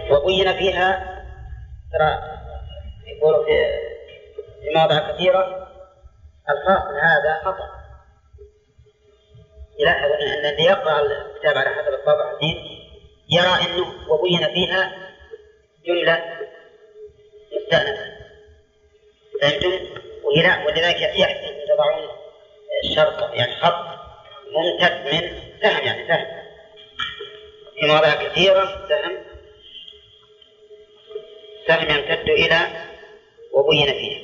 وبين فيها ترى يقول في مواضع كثيرة الفاصل هذا خطأ. يلاحظ أن الذي يقرأ الكتاب على حسب الطابع الحديث يرى أنه وبين فيها جملة مستأنفة، فهمتم؟ ولذلك يحسن أن تضعون الشرط يعني خط ممتد من سهم، يعني سهم في مواضع كثيرة سهم يمتد إلى وبين فيها.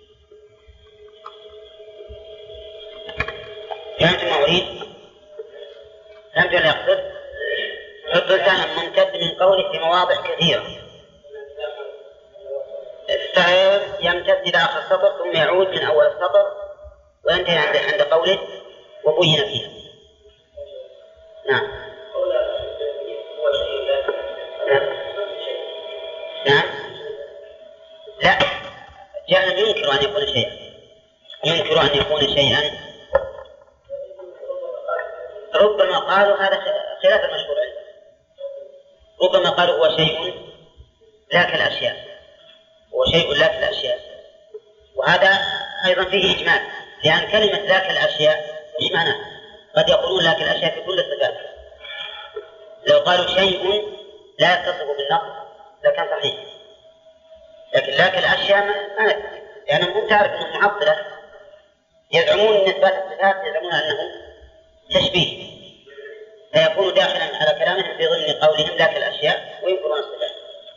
فهمتم ما أريد؟ فهمتم اللي أقصد؟ حط سهم ممتد من قوله في مواضع كثيرة، السهم يمتد إلى آخر السطر ثم يعود من أول السطر وينتهي عند قوله وبين فيها. نعم. نعم. لا، جهل ينكر أن يكون شيئا، ينكر أن يكون شيئا. ربما قالوا هذا خلاف المشهور عنده، ربما قالوا هو شيء لا كالأشياء، هو شيء لا كالأشياء، وهذا أيضا فيه إجمال، لأن كلمة لا كالأشياء إيش معناه؟ قد يقولون لا كالأشياء في كل الصفات. لو قالوا شيء لا يتصف بالنقص لكان صحيح، لكن لا كالأشياء ما نفع، لأنهم تعرف أنهم معطلة يزعمون أن إثبات الصفات يزعمون أنه تشبيه، فيكون داخلا على كلامهم في ضمن قولهم لا كالأشياء وينكرون الصفات.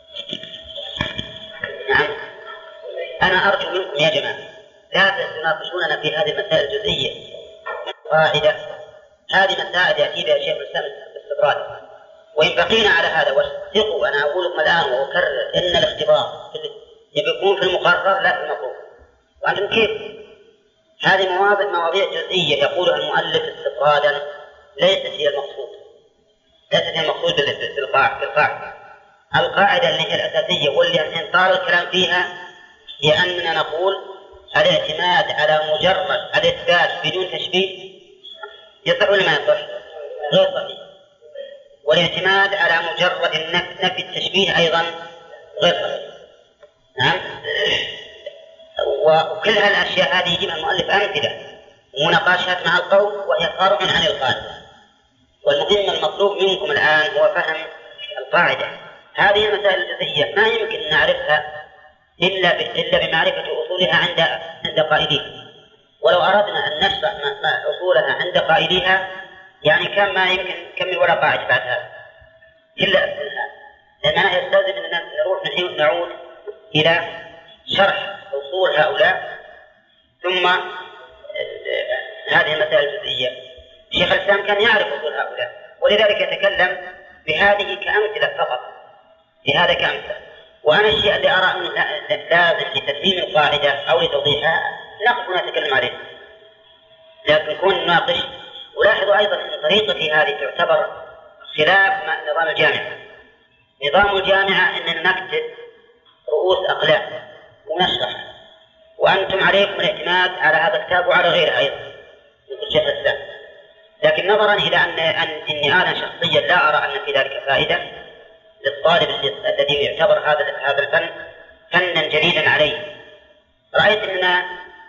نعم. أنا أرجو منكم يا جماعة لا تناقشوننا في هذه المسائل الجزئية قاعدة، هذه مسائل يأتي بها شيخ الإسلام باستطراد، وإن بقينا على هذا واثقوا، أنا أقول لكم الآن وأكرر إن الاختبار يكون في المقرر لا في المطلوب. وأنتم كيف؟ هذه مواضيع جزئية يقولها المؤلف استطرادا ليست هي المقصود، ليست هي المقصود بالقاعدة. القاعدة اللي هي الأساسية واللي انطار الكلام فيها هي أننا نقول الاعتماد على مجرد الإثبات بدون تشبيه يصح ولا ما يصح؟ غير صحيح. والاعتماد على مجرد نفي التشبيه أيضا غير صحيح. نعم. وكل هالأشياء هذه يجيبها المؤلف أمثلة ومناقشات مع القوم وهي فرع عن القاعدة. والمهم المطلوب منكم الآن هو فهم القاعدة. هذه المسائل الجزئية ما يمكن نعرفها إلا بمعرفة أصولها عند قائليها، ولو أردنا أن نشرح ما أصولها عند قائليها يعني كم ما يمكن كم من ولا قاعدة بعد هذا إلا أسئلها، لأننا يستلزم أننا نعود إلى شرح أصول هؤلاء ثم هذه المسائل الجزئية. شيخ الإسلام كان يعرف أصول هؤلاء ولذلك يتكلم بهذه كأمثلة فقط، بهذا كأمثلة. وأنا الشيء اللي أرى أنه لازم لتتميم القاعدة أو لتوضيحها نقف ونتكلم عليه، لكن نكون نناقش. ولاحظوا أيضا أن طريقتي هذه تعتبر خلاف نظام الجامعة. نظام الجامعة أننا نكتب رؤوس أقلام ونشرح، وأنتم عليكم الاعتماد على هذا الكتاب وعلى غيره أيضا مثل شيخ الإسلام. لكن نظرا إلى أني أنا شخصيا لا أرى أن في ذلك فائدة للطالب الذي يعتبر هذا الفن فنا جديدا عليه، رأيت أننا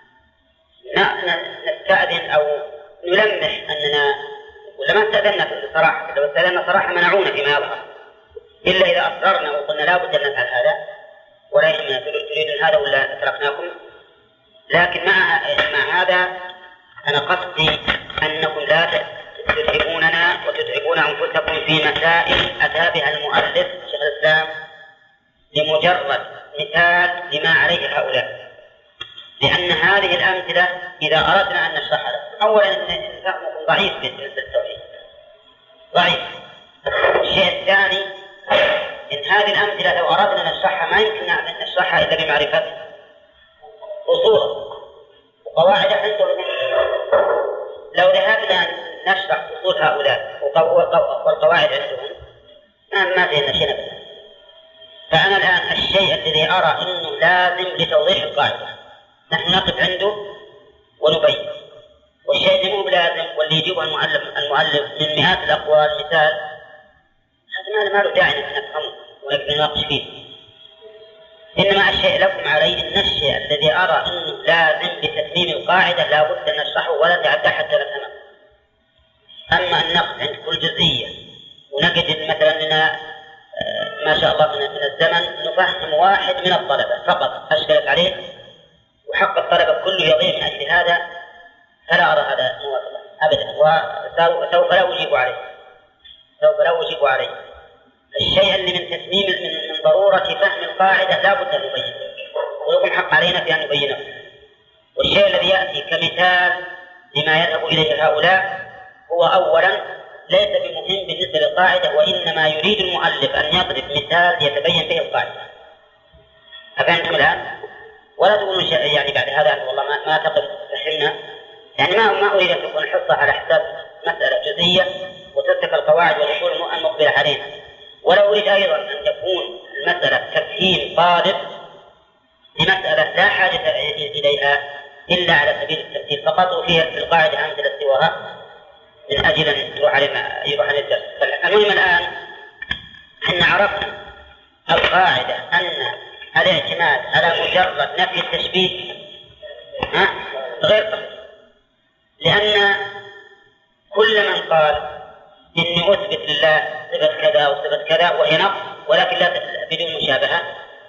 نستأذن أو نلمح أننا ولما استأذننا صراحة، لو استأذننا صراحة منعونا فيما يظهر، إلا إذا أصررنا وقلنا لا بد أن نفعل هذا ولا يهمنا تريدون هذا ولا تركناكم. لكن مع هذا أنا قصدي أنكم لا تتعبوننا وتتعبون أنفسكم في مسائل أتى بها المؤلف شيخ الإسلام لمجرد مثال لما عليه هؤلاء، لأن هذه الأمثلة إذا أردنا أن نشرحها أولا أن فهمكم ضعيف بالنسبة للتوحيد ضعيف. الشيء الثاني إن هذه الأمثلة لو أردنا نشرحها ما يمكن أن نشرحها إلا بمعرفة أصولها وقواعد عندهم. لو ذهبنا نشرح أصول هؤلاء والقواعد عندهم ما فينا شيء نفسه. فأنا الآن الشيء الذي أرى أنه لازم لتوضيح القاعدة نحن نقف عنده ونبين، والشيء اللي مو لازم واللي يجيبه المؤلف من مئات الأقوال مثال هذا ما له داعي أن نفهمه ونناقش فيه. إنما الشيء لكم عليه أن الشيء الذي أرى أنه لازم بتتميم القاعدة لا بد أن نشرحه ولا تعدى حتى نفهمه. أما أن نأخذ عند كل جزئية ونجد مثلا لنا ما شاء الله من الزمن نفهم واحد من الطلبة فقط أشترك عليه وحق الطلبة كله يضيع من أجل هذا، فلا أرى هذا موافقا أبدا، وسوف لا أجيب عليه. الشيء اللي من تتميم من ضرورة فهم القاعدة لا بد أن نبينه، ولكم حق علينا في أن نبينه. والشيء الذي يأتي كمثال لما يذهب إليه هؤلاء هو أولا ليس بمهم بالنسبة للقاعدة، وإنما يريد المؤلف أن يضرب مثال يتبين به القاعدة. أفهمتم الآن؟ ولا تقولون يعني بعد هذا والله ما تقف فهمنا، يعني ما أريد أن تكون حصة على حساب مسألة جزئية وتترك القواعد والأصول المقبلة علينا، ولا أريد أيضا أن تكون المسألة تفهيم طالب لمسألة لا حاجة إليها إلا على سبيل التمثيل فقط، وفيها في القاعدة أمثلة سواها من أجل أن يروح على الدرس. المهم الآن أن عرفنا القاعدة أن الاعتماد على مجرد نفي التشبيه غير صحيح، لأن كل من قال إني أثبت لله صفة كذا وصفة كذا وهي نقص ولكن لا بدون مشابهة،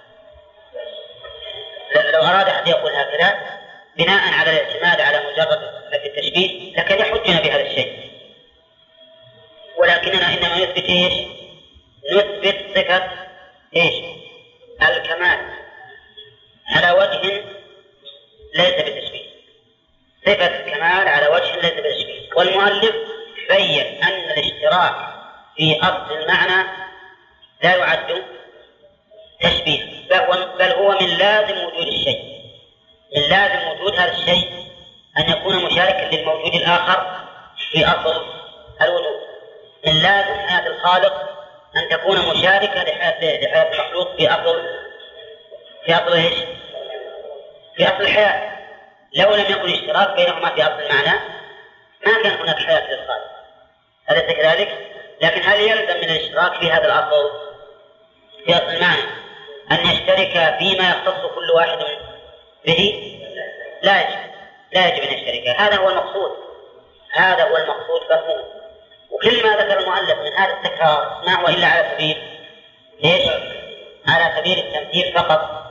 لو أراد أحد يقول هكذا بناء على الاعتماد على مجرد نفي التشبيه لكن يحجنا بهذا الشيء، ولكننا إنما نثبت إيش؟ نثبت صفة إيش؟ الكمال على وجه ليس بتشبيه، صفة الكمال على وجه ليس بتشبيه. والمؤلف بين أن الاشتراك في أصل المعنى لا يعد تشبيه، بل هو من لازم وجود الشيء، من لازم وجود هذا الشيء أن يكون مشاركا للموجود الآخر في أصل الوجود، من لازم حياة الخالق أن تكون مشاركة لحياة المخلوق في أصل إيش؟ في أصل الحياة. لو لم يكن اشتراك بينهما في أصل المعنى ما كان هناك حياة للخالق، أليس كذلك؟ لكن هل يلزم من الاشتراك في هذا الأصل في أصل المعنى أن يشترك فيما يختص كل واحد به؟ لا يجب أن يشترك. هذا هو المقصود فهمه. وكل ما ذكر المؤلف من هذا التكرار ما هو إلا على سبيل إيش؟ على سبيل التمثيل فقط،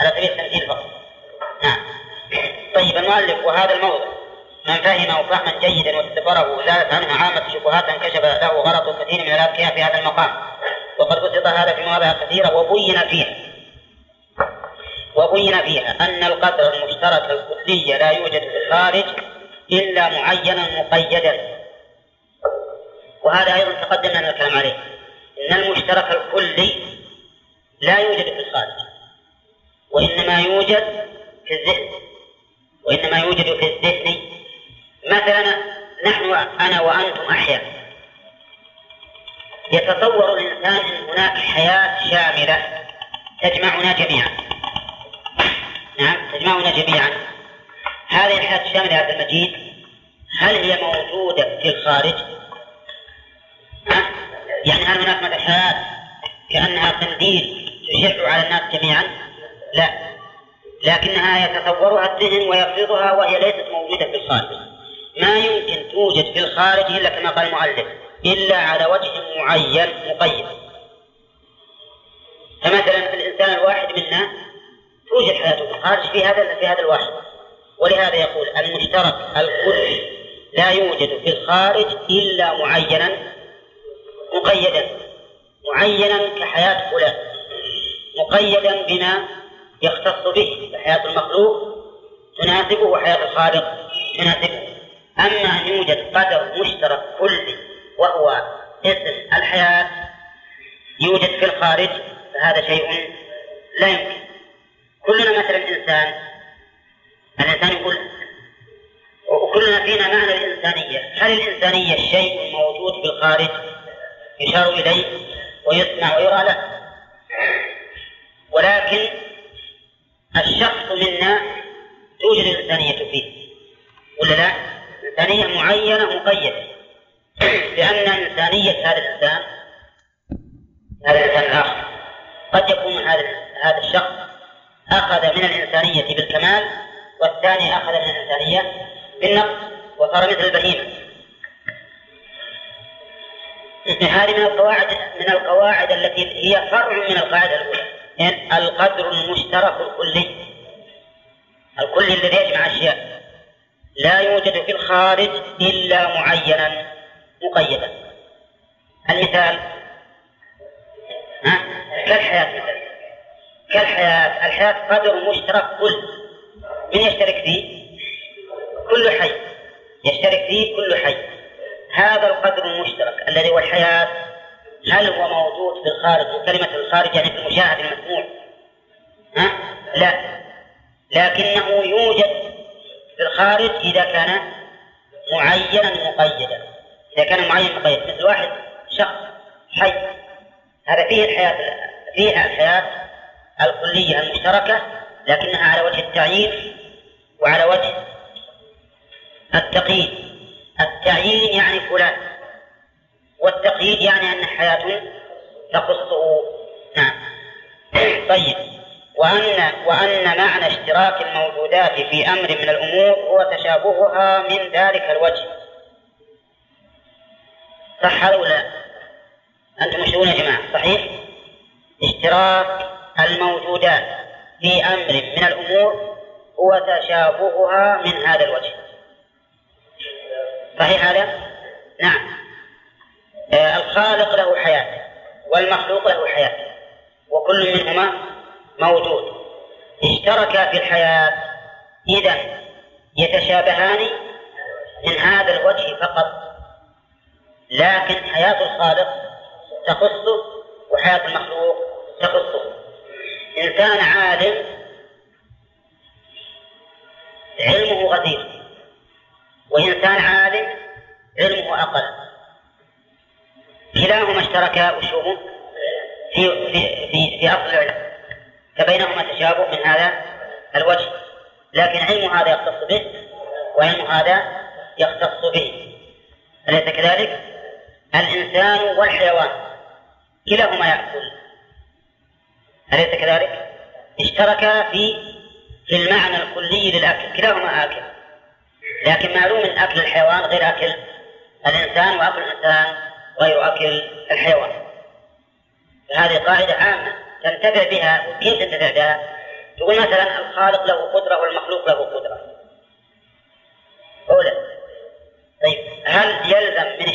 نعم. طيب المؤلف وهذا الموضع من فهمه فهما جيدا واستفره وزالت عنه عامة شبهات انكشف له غلط كثير من الأذكياء في هذا المقام، وقد بسط هذا في مواضع كثيرة وبين فيها أن القدر المشترك الكلي لا يوجد في الخارج إلا معينا مقيدا. وهذا أيضا تقدم لنا الكلام عليه، إن المشترك الكلي لا يوجد في الخارج وإنما يوجد في الذهن. مثلا نحن أنا وأنتم أحياء، يتصور الإنسان أن هناك حياة شاملة تجمعنا جميعا. نعم تجمعنا جميعا. هذه الحياة الشاملة هذا المجيد هل هي موجودة في الخارج؟ يعني هل هناك مثل حياة كأنها قنديل تشع على الناس جميعا؟ لا، لكنها يتصورها الذهن ويفرضها وهي ليست موجودة في الخارج. ما يمكن توجد في الخارج إلا كما قال المؤلف إلا على وجه معين مقيد. فمثلا الإنسان الواحد منا توجد حياته في الخارج في هذا الواحد، ولهذا يقول المشترك الكل لا يوجد في الخارج إلا معينا معينا كحياة فلان، مقيدا بما يختص به، فحياة المخلوق تناسبه وحياة الخالق تناسبه. أما أن يوجد قدر مشترك كلي وهو اسم الحياة يوجد في الخارج فهذا شيء لا يمكن. كلنا مثلا الإنسان يقول وكلنا فينا معنى الإنسانية. هل الإنسانية شيء موجود في الخارج يشار إليه ويسمع ويرى له؟ ولكن الشخص منا توجد الإنسانية فيه ولا لا؟ إنسانية معينة مقيدة، لأن إنسانية هذا الإنسان الآخر هذا الشخص أخذ من الإنسانية بالكمال والثاني أخذ من الإنسانية بالنقص وصار مثل البهيمة. هذه من القواعد التي هي فرع من القاعدة الأولى، يعني القدر المشترك الكلي الذي يجمع أشياء لا يوجد في الخارج إلا معينا مقيدا. المثال كالحياة مثلا، الحياة قدر مشترك من يشترك فيه؟ كل حي يشترك فيه كل حي. هذا القدر المشترك الذي هو الحياة هل هو موجود في الخارج؟ وكلمة الخارج يعني في المشاهد المسموع؟ لا، لكنه يوجد في الخارج إذا كان معينا مقيدا. إذا كان معين مقيد مثل واحد شخص حي، هذا فيها الحياة الكلية المشتركة، لكنها على وجه التعيين وعلى وجه التقييد. التعيين يعني فلان، والتقييد يعني أن حياة تخصه. نعم. طيب، وأن معنى اشتراك الموجودات في أمر من الأمور هو تشابهها من ذلك الوجه. صح هذا ولا أنتم مشهورون يا جماعة؟ صحيح. اشتراك الموجودات في أمر من الأمور هو تشابهها من هذا الوجه. صحيح هذا؟ نعم. الخالق له حياة والمخلوق له حياة، وكل منهما موجود. اشتركا في الحياة، إذن يتشابهان من هذا الوجه فقط، لكن حياة الخالق تخصه وحياة المخلوق تخصه. إنسان عالم علمه غزير، وإنسان عالم علمه أقل، كلاهما اشتركا وشوه في أصل العلم، فبينهما تشابه من هذا الوجه، لكن علم هذا يختص به وعلم هذا يختص به. أليس كذلك؟ الإنسان والحيوان كلاهما يأكل، أليس كذلك؟ اشتركا في المعنى الكلي للأكل، كلاهما آكل، لكن معلوم أن أكل الحيوان غير أكل الإنسان، وأكل الإنسان غير أكل الحيوان. هذه قاعدة عامة تنتفع بها. وكيف تنتفع بها؟ تقول مثلا الخالق له قدرة والمخلوق له قدرة أولا. طيب، هل يلزم من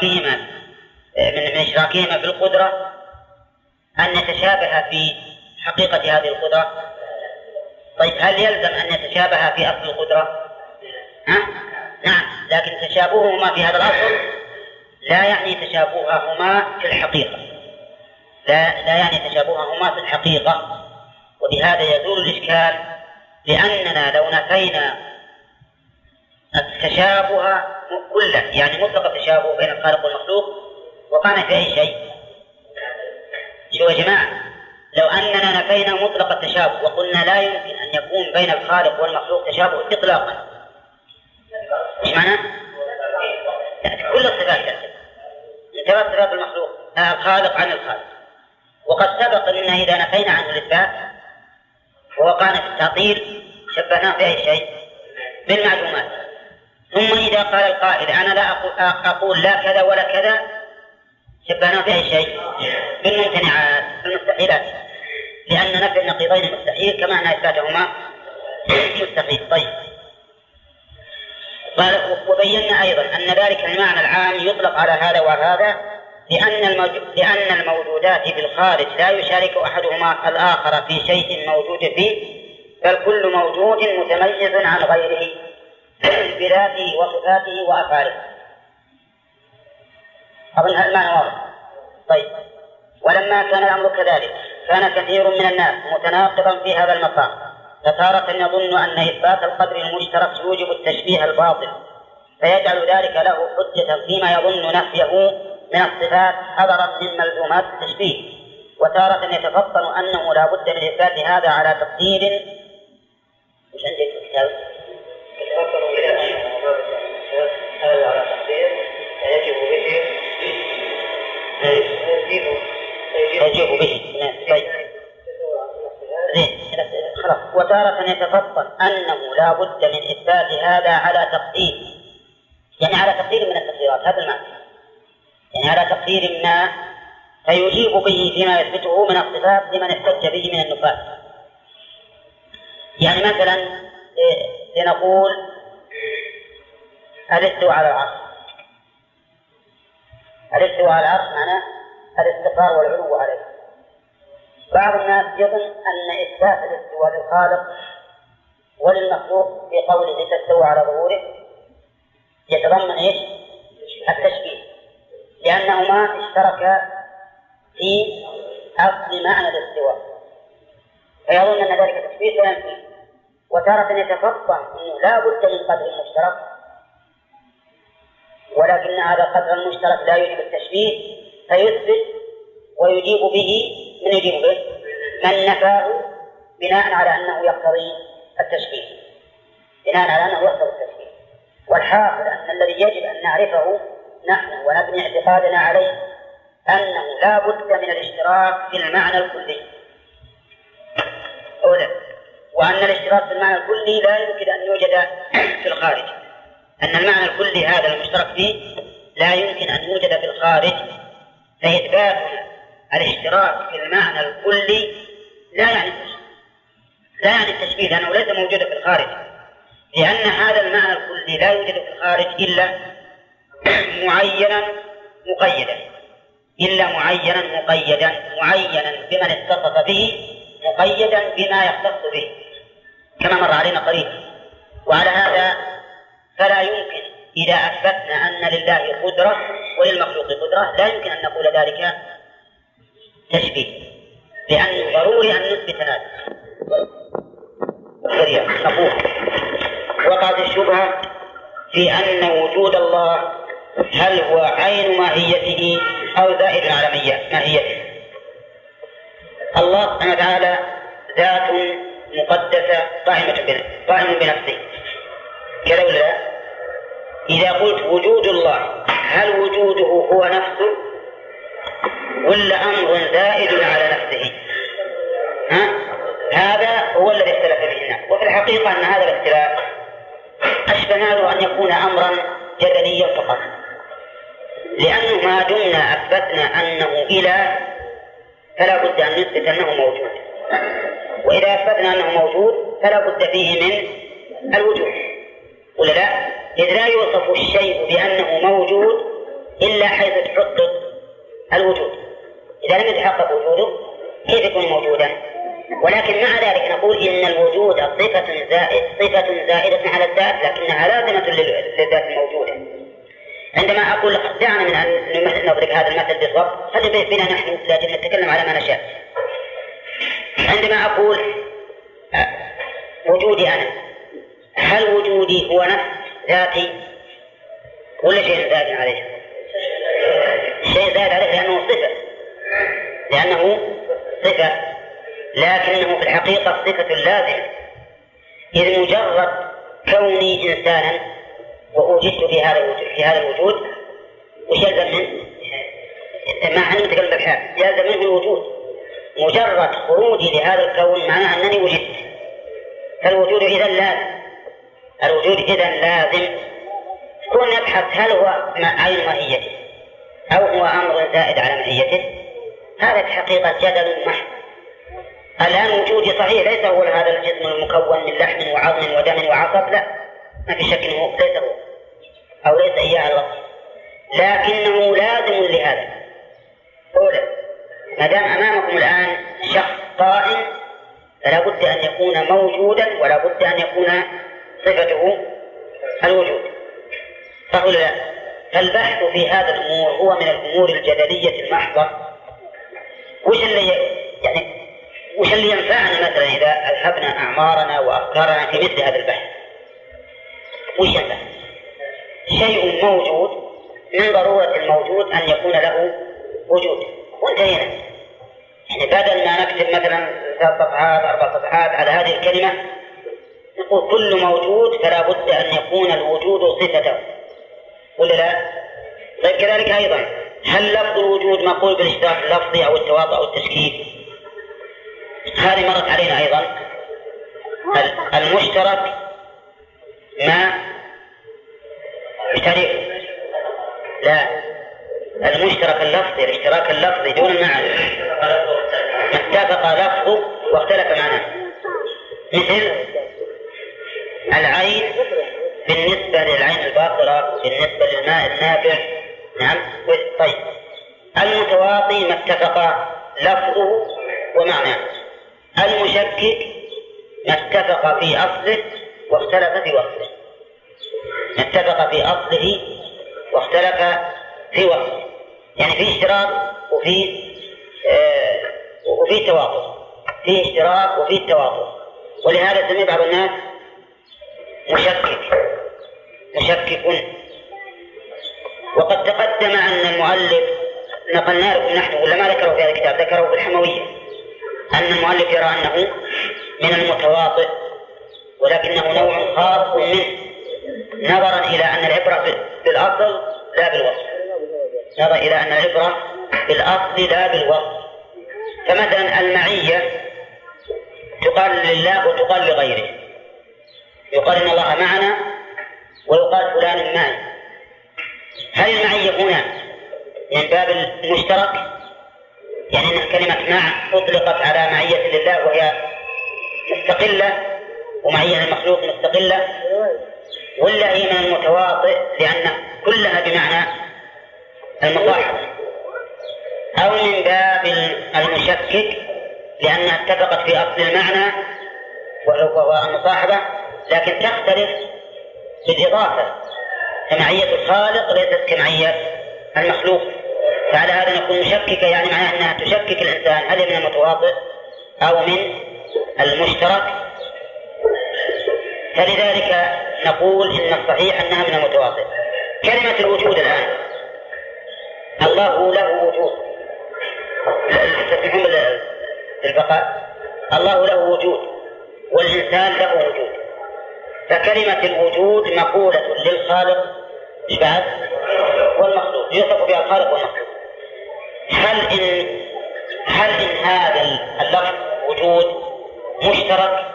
اشتراكهما في القدرة أن يتشابه في حقيقة هذه القدرة؟ طيب، هل يلزم أن يتشابه في أصل القدرة؟ نعم، لكن تشابههما في هذا الأصل لا يعني تشابههما في الحقيقة، لا يعني تشابههما في الحقيقة. وبهذا يزول الإشكال، لأننا لو نفينا التشابه كله، يعني مطلق التشابه بين الخالق والمخلوق، وقعنا في أي شيء. شو يا جماعة؟ لو أننا نفينا مطلق التشابه وقلنا لا يمكن أن يكون بين الخالق والمخلوق تشابه إطلاقا، إيش معنى؟ كل الصفات انتبه صفات المخلوق الخالق عن الخالق. وقد سبق أننا إذا نفينا عنه الإثبات ووقعنا في التعطيل شبهناه بأي شيء؟ بالمعلومات. ثم إذا قال القائل أنا لا أقول لا كذا ولا كذا، شبهناه بأي شيء؟ بالممتنعات، بالمستحيلات، لأن نفي النقيضين مستحيل كما أن إثباتهما مستحيل. طيب، وبينا أيضا أن ذلك المعنى العام يطلق على هذا وهذا، لأن الموجودات في الخارج لا يشارك أحدهما الآخر في شيء موجود فيه، بل كل موجود متميز عن غيره بذاته وصفاته وأفعاله. أظن هذا المعنى واضح. طيب، ولما كان الأمر كذلك كان كثير من الناس متناقضا في هذا المقام، فتارة يظن أن إثبات القدر المشترك يوجب التشبيه الباطل، فيجعل ذلك له حجة فيما يظن نفيه من الصفات حذرا من ملزومات التشبيه، وتارة يتفطن أنه لا بد من إثبات هذا على تقدير. مش عندك الكتاب؟ هذا على تقدير يجب به. طيب، وتارة يتفطن أنه لا بد من إثبات هذا على تقدير، يعني على تقدير من التقديرات، هذا المعنى، يعني على تقدير ما فيجيب به فيما يثبته من الصفات لمن احتج به من النفاة. يعني مثلا لنقول الاستواء على العرش، الاستواء على العرش معناه الاستقرار والعلو عليه. بعض الناس يظن أن إثبات الاستواء للخالق وللمخلوق في قوله تستوى على ظهوره يتضمن إيش؟ التشبيه، لأنهما اشتركا في أصل معنى الاستواء، فيظن أن ذلك تشبيه فينفيه. وتارة يتفطن أنه لا بد من قدر مشترك، ولكن هذا القدر المشترك لا يجب التشبيه فيثبت ويجيب به من يجيب به من نفاه بناء على أنه يقتضي التشبيه، بناء على أنه يقتضي التشبيه. والحاصل أن الذي يجب أن نعرفه نحن ونبني اعتقادنا عليه أنه لا بد من الاشتراك في المعنى الكلي أولا، وأن الاشتراك في المعنى الكلي لا يمكن أن يوجد في الخارج، أن المعنى الكلي هذا المشترك فيه لا يمكن أن يوجد في الخارج. فإثبات الاشتراك في المعنى الكلي لا يعني التشبيه لأنه ليس موجودا في الخارج، لأن هذا المعنى الكلي لا يوجد في الخارج إلا معينا مقيدا، معينا بمن اتصف به، مقيدا بما يختص به كما مر علينا قريبا. وعلى هذا فلا يمكن إذا أثبتنا أن لله قدرة وللمخلوق قدرة لا يمكن أن نقول ذلك تشبيه، لأنه ضروري أن نثبت هذا. وقعت الشبهة في أن وجود الله هل هو عين ماهيته أو زائد على ماهيته. الله سبحانه وتعالى ذات مقدسة قائمة بنفسه كذا ولا لا؟ إذا قلت وجود الله هل وجوده هو نفسه ولا أمر زائد على نفسه؟ هذا هو الذي اختلف به الناس. وفي الحقيقة أن هذا الاختلاف أشبه له أن يكون أمرا جدليا فقط، لأنه ما دمنا أثبتنا أنه إله فلا بد أن نثبت أنه موجود، وإذا أثبتنا أنه موجود فلا بد فيه من الوجود ولا لا؟ إذ لا يوصف الشيء بأنه موجود إلا حيث تحقق الوجود. إذا لم يتحقق وجوده كيف يكون موجودا؟ ولكن مع ذلك نقول إن الوجود صفة زائدة على الذات لكنها لازمة للذات الموجودة. عندما أقول لك دعنا من أن نضرب هذا المثل بالضبط، خلي بنا نحن لكن نتكلم على ما نشاء. عندما أقول وجودي أنا، هل وجودي هو نفس ذاتي ولا شيء زائد عليه؟ شيء زائد عليه لأنه صفة، لكنه في الحقيقة صفة لازمة. إذ مجرد كوني إنسانا ووجدت في هذا الوجود وش يلزم منه؟ ما أن نتكلم بالحال يلزم منه الوجود. مجرد خروجي لهذا الكون معناه أنني وجدت، فالوجود إذن لازم. كون نبحث هل هو عين ماهيته أو هو أمر زائد على ماهيته، هذا في حقيقة جدل محض. الآن وجودي صحيح ليس هو هذا الجسم المكون من لحم وعظم ودم وعصب، لا، ما في شك أنه ليس هو أو ليس إياه الوصف، لكنه لازم لهذا. أولا ما دام أمامكم الآن شخص قائم فلا بد أن يكون موجودا ولا بد أن يكون صفته الوجود، فقل لا. فالبحث في هذا الأمور هو من الأمور الجدلية المحضة. وش اللي ينفعنا مثلا إذا أذهبنا أعمارنا وأفكارنا في مثل هذا البحث؟ وش ينفع؟ شيء موجود من ضرورة الموجود أن يكون له وجود، وانتهينا. بدل ما نكتب مثلا 3 صفحات 4 صفحات على هذه الكلمة نقول كل موجود فلا بد أن يكون الوجود صفته ولا لا؟ طيب كذلك أيضا هل لفظ الوجود مقول بالاشتراك اللفظي أو التواطؤ أو التشكيل؟ هذه مرت علينا أيضا المشترك ما يشترك، لا، المشترك اللفظي، الاشتراك اللفظي دون المعنى، ما اتفق لفظه واختلف معناه، مثل العين بالنسبة للعين الباطلة بالنسبة للماء النافع. نعم. طيب، المتواطي ما اتفق لفظه ومعناه، المشكك ما اتفق في أصله واختلف في وصفه، ما اتفق في أصله واختلف في وصفه، يعني في اشتراك وفي تواطؤ، في اشتراك وفي تواطؤ، ولهذا سمي بعض الناس مشكك. وقد تقدم أن المؤلف نقلنا لكم نحن ولا ما ذكره في هذا الكتاب، ذكره في الحموية، أن المؤلف يرى أنه من المتواطئ، ولكنه نوع خاص منه، نظرا إلى أن العبرة بالأصل لا بالوصف، نظرا إلى أن العبرة بالأصل لا بالوصف. فمثلا المعية تقال لله وتقال لغيره، يقال إن الله معنا ويقال فلان معي. هل المعية هنا من باب المشترك، يعني أن كلمة مع أطلقت على معية لله وهي مستقلة ومعية المخلوق مستقلة، ولا هي من المتواطئ لأن كلها بمعنى المصاحبة، أو من باب المشكك لأنها اتفقت في أصل المعنى وهو المصاحبة لكن تختلف بالإضافة، كمعية الخالق ليست كمعية المخلوق، فعلى هذا نكون مشككة، يعني معناها أنها تشكك الإنسان هل من المتواطئ أو من المشترك. فلذلك نقول إن الصحيح أنها من المتواطئ. كلمة الوجود الآن، الله له وجود، تسمعون البقاء، الله له وجود والإنسان له وجود، فكلمة الوجود مقولة للخالق بعد والمخلوق، يوصف بها الخالق والمخلوق. هل إن هذا اللفظ وجود مشترك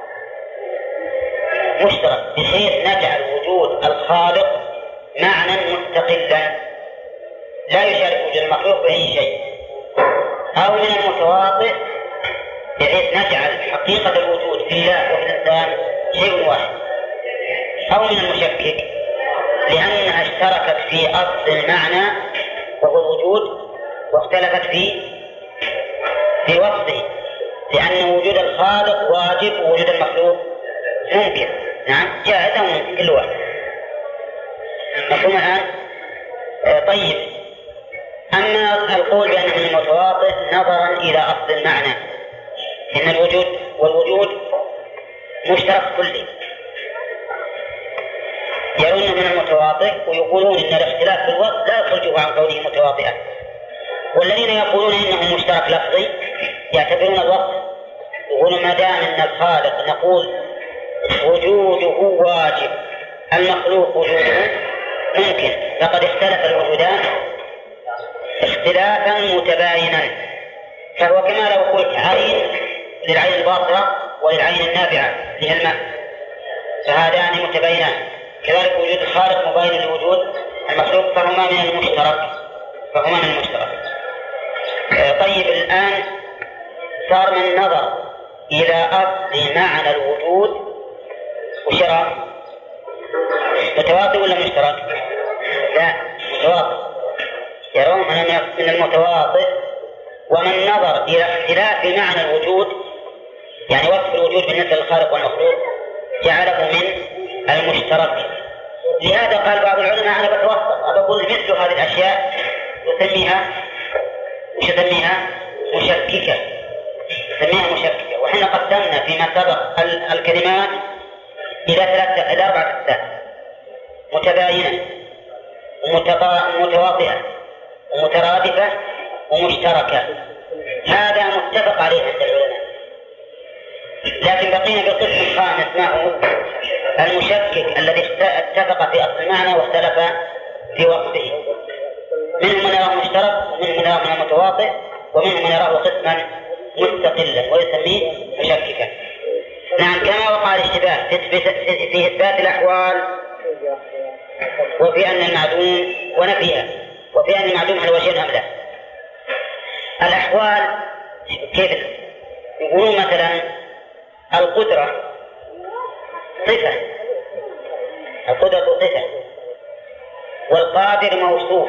بحيث نجعل وجود الخالق معنى مستقلا لا يشارك وجود المخلوق بأي شيء، أو من المتواطئ بحيث نجعل حقيقة الوجود في الله وفي الإنسان شيء واحد، أو من المشكك لأنها اشتركت في أصل المعنى وهو الوجود واختلفت في وصفه، لأن وجود الخالق واجب ووجود المخلوق ممكن، نعم جائز أو ممكن كل واحد. مفهوم الآن؟ طيب، أما القول بأنه من المتواطئ نظرا إلى أصل المعنى، إن الوجود والوجود مشترك كلي، يرون من المتواطئ ويقولون إن الاختلاف في الوصف لا يخرجه عن كونه متواطئا، والذين يقولون إنه مشترك لفظي يعتبرون الوصف، يقولون ما دام أن الخالق نقول وجوده واجب المخلوق وجوده ممكن، فقد اختلف الوجودان اختلافا متباينا، فهو كما لو قلت عين للعين الباطلة وللعين النافعة للماء، فهذان متباينان، كذلك وجود الخالق مباين لوجود المخلوق، فهما من المشترك. طيب، الآن صار من نظر إلى أصل معنى الوجود وشرع متواطئ ولا مشترك؟ لا، متواطئ، يرون من المتواطئ. ومن نظر إلى اختلاف معنى الوجود، يعني وصف الوجود بالنسبة للخالق والمخلوق، جعله من المشترك. لهذا قال بعض العلماء أنا بتوسط، أقول مثل هذه الأشياء يسميها مشككة، وحنا قدمنا فيما سبق الكلمات إلى 4 أقسام: متباينة ومتواطئة ومترادفة ومشتركة، هذا متفق عليه عند العلماء. لكن بقينا بقسم خامس ما هو المشكك الذي اتفق في أصل المعنى واختلف في وصفه، منهم من يراه مشترك ومنهم من يراه متواطئ ومنهم من يراه قسما مستقلا ويسميه مشككا. نعم، كما الاشتباه في إثبات الأحوال وفي أن المعدوم ونفيها، وفي أن المعدوم هل هو شيء أم لا. الأحوال كيف يقولون مثلا القدرة صفة، القدرة صفة والقادر موصوف،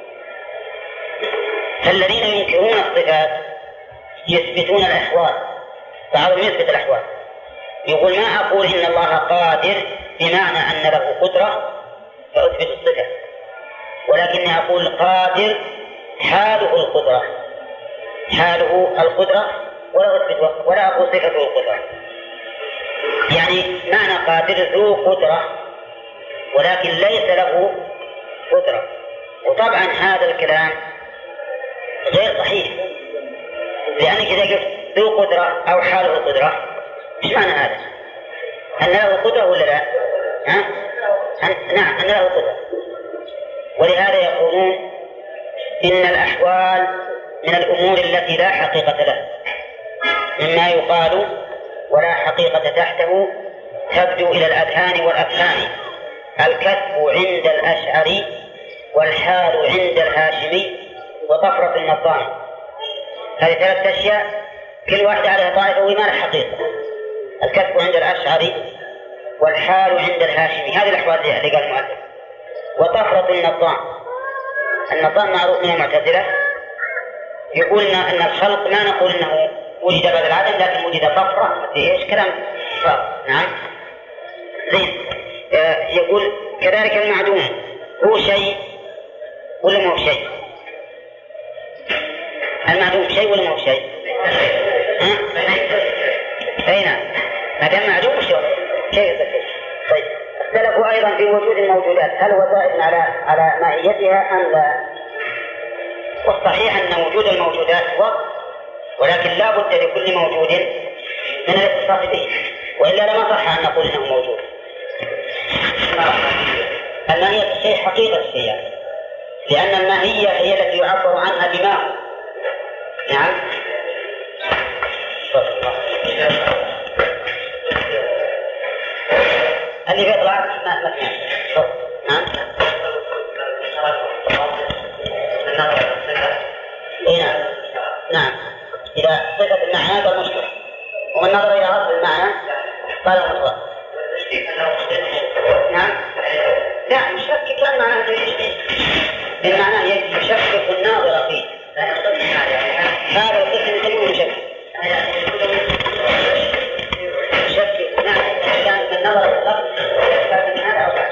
فالذين ينكرون الصفات يثبتون الأحوال، بعضهم يثبت الأحوال، يقول ما أقول إن الله قادر بمعنى أن له قدرة فأثبت الصفة، ولكني أقول قادر حاله القدرة، حاله القدرة ولا أقول صفته القدرة. يعني معنى قادر ذو قدرة ولكن ليس له قدرة. وطبعا هذا الكلام غير صحيح، لأنك إذا قلت ذو قدرة أو حاله القدرة إيش معنى هذا؟ أن له قدرة ولا لا؟ نعم أن له قدرة. ولهذا يقولون إن الأحوال من الأمور التي لا حقيقة لها، مما يقال ولا حقيقة تحته تبدو إلى الأذهان والأفهام، الكتب عند الأشعري والحال عند الهاشمي وطفرة النظام. هذه ثلاث أشياء كل واحدة عليها طائفة وما لها حقيقة. الكتب عند الأشعري والحال عند الهاشمي، هذه الأحوال اللي قال المؤلف. وطفرة النظام، النظام معروف من المعتزلة، يقول أن الخلق ما نقول أنه وجد بعد العدم لكن وجد طفرة في إيش كلام فرق. نعم زين. يقول كذلك المعدوم هو شيء ولا ما هو شيء؟ المعدوم شيء ولا ما هو شيء؟ أين ما دام معدوم شيء يصير. طيب اختلفوا أيضا في وجود الموجودات، هل هو زائد على ماهيتها أم لا؟ والصحيح أن وجود الموجودات وقت، ولكن لا بد لكل موجود من الاتصاف به، وإلا لما صح أن نقول إنه موجود. الماهية الشيء حقيقة الشيء، لأن الماهية هي التي يعبر عنها بما هو. نعم. اللي بيطلع ما نعم. نعم. نعم. إذا صفة المعنى قال مشكلة، ومن نظر إلى أصل المعنى قال مطلق. نعم. لا يشكك كان معناه المعنى يشكك الناظر فيه، هذا القسم يسمونه شك. شك نعم كان من نظر القلب كان من هذا أو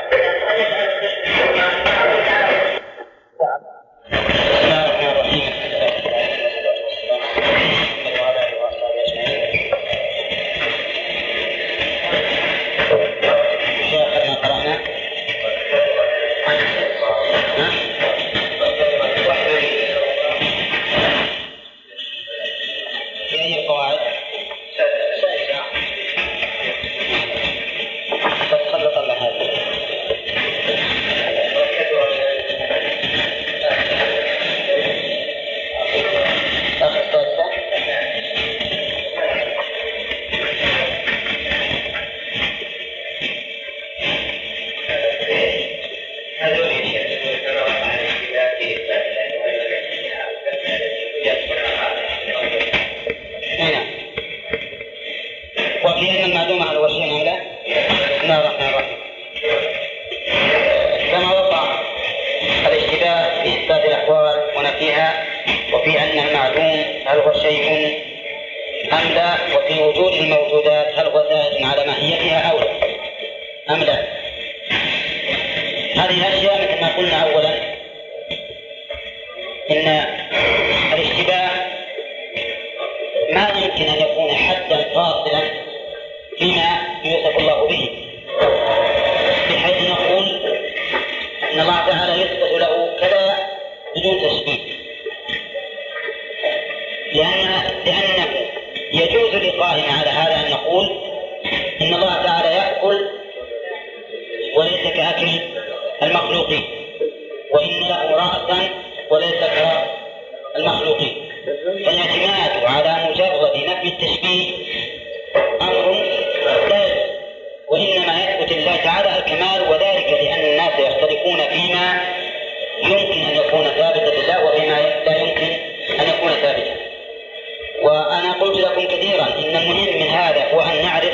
لله تعالى الكمال، وذلك لأن الناس يختلفون فيما يمكن أن يكون ثابتا لله وفيما لا يمكن أن يكون ثابتا. وأنا قلت لكم كثيرا إن المهم من هذا هو أن نعرف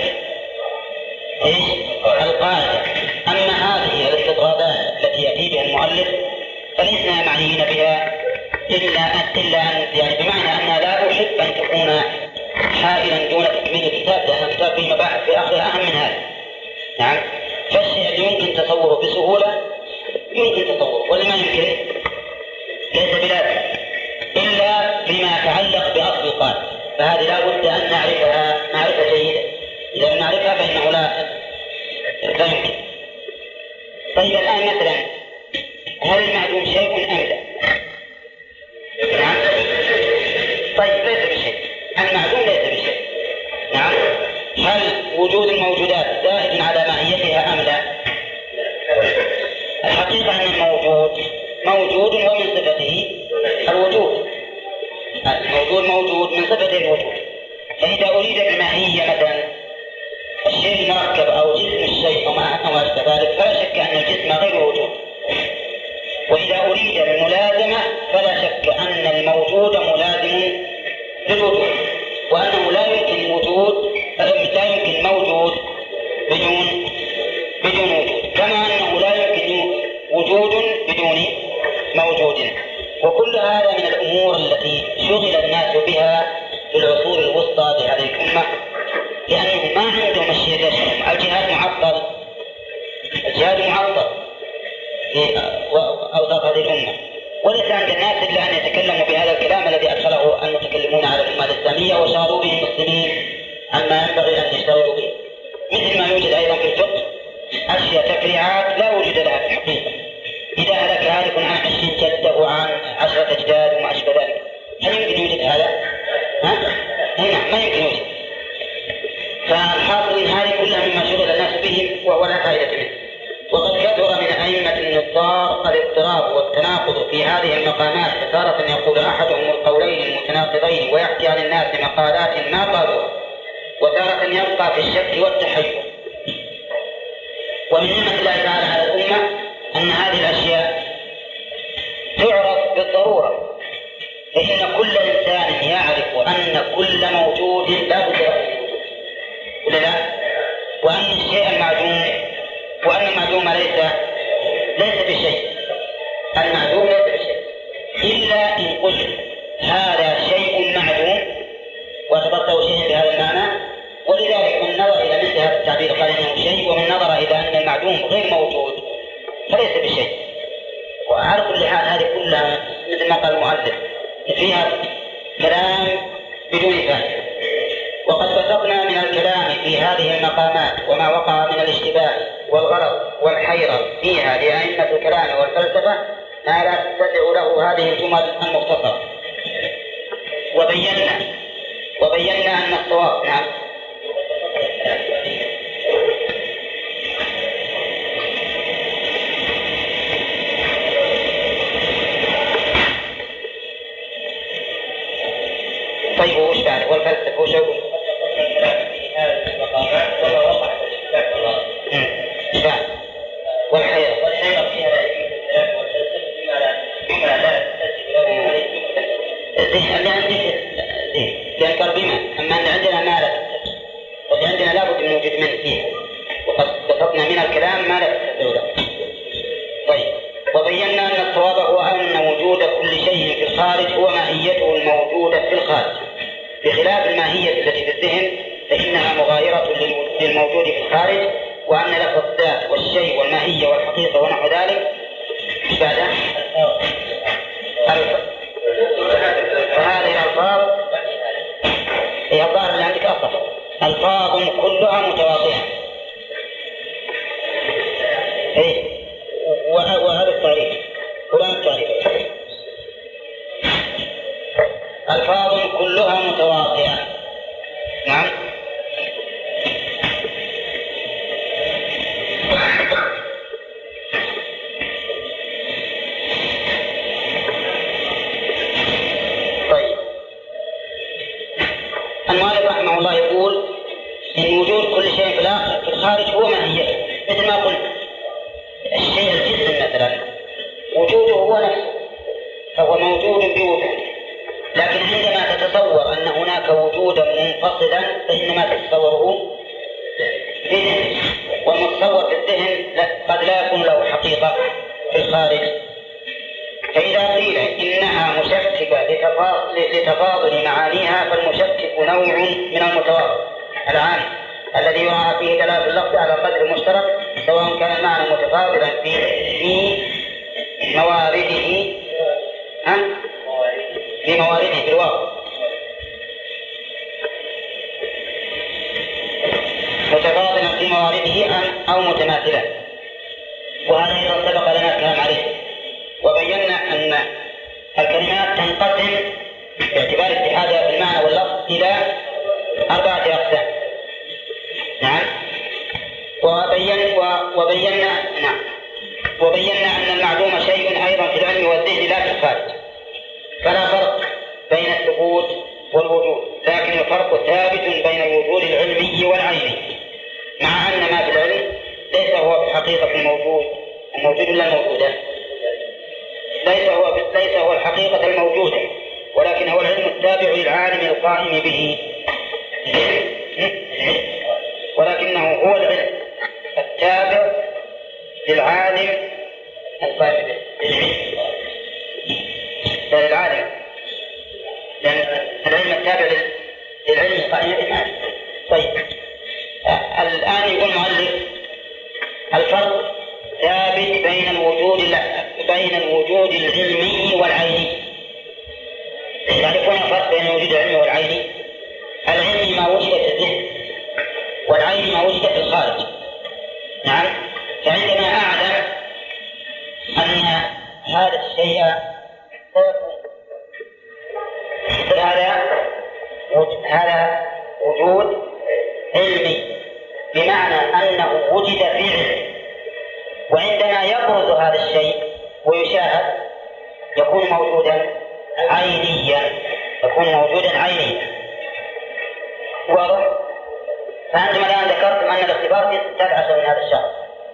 القاعدة. أما هذه الاستطرادات التي يأتي بها المؤلف فلسنا معنيين بها إلا أن يعني بمعنى أن لا أحب أن تكون حائلا دون تكميل الكتاب، لأن الكتاب فيه مباحث في آخره أهم من هذا. نعم، فالشيء اللي يمكن تصوره بسهولة يمكن تصوره، واللي ما يمكن ليس بلازم إلا بما يتعلق بأصل القاعدة، فهذه لا بد أن نعرفها معرفة جيدة. إذا لم نعرفها فإنه لا يمكن. طيب الآن مثلا هل المعدوم شيء أم لا؟ نعم. طيب ليس بشيء، المعدوم ليس بشيء. نعم. هل وجود الموجودات زائد على ماهيتها أم لا؟ الحقيقة أن الموجود موجود ومن صفته الوجود، الموجود موجود من صفته الوجود. فإذا أريد بالماهية مثلا الشيء المركب أو جسم الشيء أو ما أشبه ذلك فلا شك أن الجسم غير موجود. وإذا أريد الملازمة فلا شك أن الموجود ملازم للوجود، وأنه لا يمكن موجود بدون وجود، كما أنه لا يمكن وجود بدون موجود. وكل هذا من الأمور التي شغل الناس بها في العصور الوسطى بهذه الأمة، لأنه ما عندهم الشيء يشرهم. الجهاد معطل في أوساط هذه الأمة، وليس عند الناس إلا أن يتكلموا بهذا الكلام الذي أدخله المتكلمون على الأمة الإسلامية وشغلوا به المسلمين عما ينبغي أن يشتغلوا به، مثل ما يوجد أيضا في الفقه أشياء تفريعات لا وجود لها في الحقيقة. إذا هلك هالك عن 20 جدة وعن 10 أجداد وما أشبه ذلك، هل يمكن يوجد هذا؟ هنا ما يمكن يوجد. فالحاصل هذه كلها مما شغل الناس به ولا فائدة منه. وقد كثر من أئمة النظار الاضطراب والتناقض في هذه المقامات، فتارة يقول أحدهم القولين المتناقضين ويحكي عن الناس مقالات ما قالوها، وتارة يبقى في الشك والتحير. ومن نعمة الله تعالى على الأمة أن هذه الأشياء تعرف بالضرورة، فإن كل إنسان يعرف أن كل موجود لا بد له ولا لا، وأن الشيء المعدوم وأن المعدوم ليس بشيء، المعدوم ليس بشيء إلا إن قلت هذا شيء معدوم واعتبرته شيء بهذا المعنى. ولذلك من نظر إلى مثل هذا التعبير قال إنه شيء، ومن نظر إلى أن المعدوم غير موجود فليس بشيء. وعلى كل حال هذه كلها مثل ما قال المؤلف فيها كلام بدون فائدة. وقد بسطنا من الكلام في هذه المقامات وما وقع من الاشتباه والغلط والحيرة فيها لأئمة الكلام والفلسفة ما لا تستدعي له هذه الجمل المختصرة. وبينا أن الصواب. نعم. طيب وش بعد والفلسفة وش يقول؟ والحيرة فيها لأن قال بما، أما أن عندنا ما لا تستدعي، واللي عندنا لابد من وجود منه فيها، وقد بسطنا من الكلام ما لا تستدعي له. طيب وبينا أن الصواب هو أن وجود كل شيء في الخارج هو ماهيته الموجودة في الخارج، بخلاف الماهية التي في الذهن فإنها مغايرة للموجود في الخارج. وأن لفظ الذات والشيء والماهية والحقيقة ونحو ذلك مش بعده هذه الألفاظ هي الظاهر اللي عندك أصلا ألفاظ كلها متواضعة. وهذا التعريف فلان التعريف ألفاظ كلها متواضعة. نعم. طيب المؤلف رحمه الله يقول إن وجود كل شيء في الخارج هو ماهيته، مثل ما قلت الشيء الجسم مثلا وجوده هو نفسه فهو موجود بوجوده، لكن عندما تتصور أن هناك وجودا منفصلا فإنما تتصوره في الذهن، والمتصور في الذهن قد لا يكون له حقيقة في الخارج. فإذا قيل إنها مشككة لتفاضل معانيها فالمشكك نوع من المتواضع العام الذي يراعى فيه دلالة اللفظ على قدر المشترك سواء كان المعنى متفاضلا في موارده في موارده بالواقع متفاضلا في موارده أو متماثلا، وهذا أيضا سبق لنا الكلام عليه. وبينا أن الكلمات تنقسم باعتبار اتحادها في المعنى واللفظ إلى 4 أقسام. نعم. وبينا أن المعدوم شيء أيضا في العلم والذهن لا في الخارج، فلا فرق بين الثبوت والوجود، لكن الفرق ثابت بين الوجود العلمي والعيني، مع أن ما في العلم ليس هو في حقيقة الموجود إلا الموجودة، ليس هو الحقيقة الموجودة، ولكن هو العلم التابع للعالم القائم به، ولكنه هو العلم التابع للعالم القائم به للعالم، لأن العلم التابع للعلم القائم به. طيب الآن يقول المؤلف الفرق ثابت بين الوجود العلمي والعيني. تعرفون الفرق بين الوجود العلمي والعيني؟ العلمي ما وجد في الذهن، والعيني ما وجد في الخارج. نعم. فعندما أعلم أن هذا الشيء هذا وجود علمي بمعنى أنه وجد في علم، وعندما يبرز هذا الشيء ويشاهد يكون موجودا عينيا، واضح؟ فأنتم الآن ذكرتم أن الاختبار في 16 من هذا الشهر،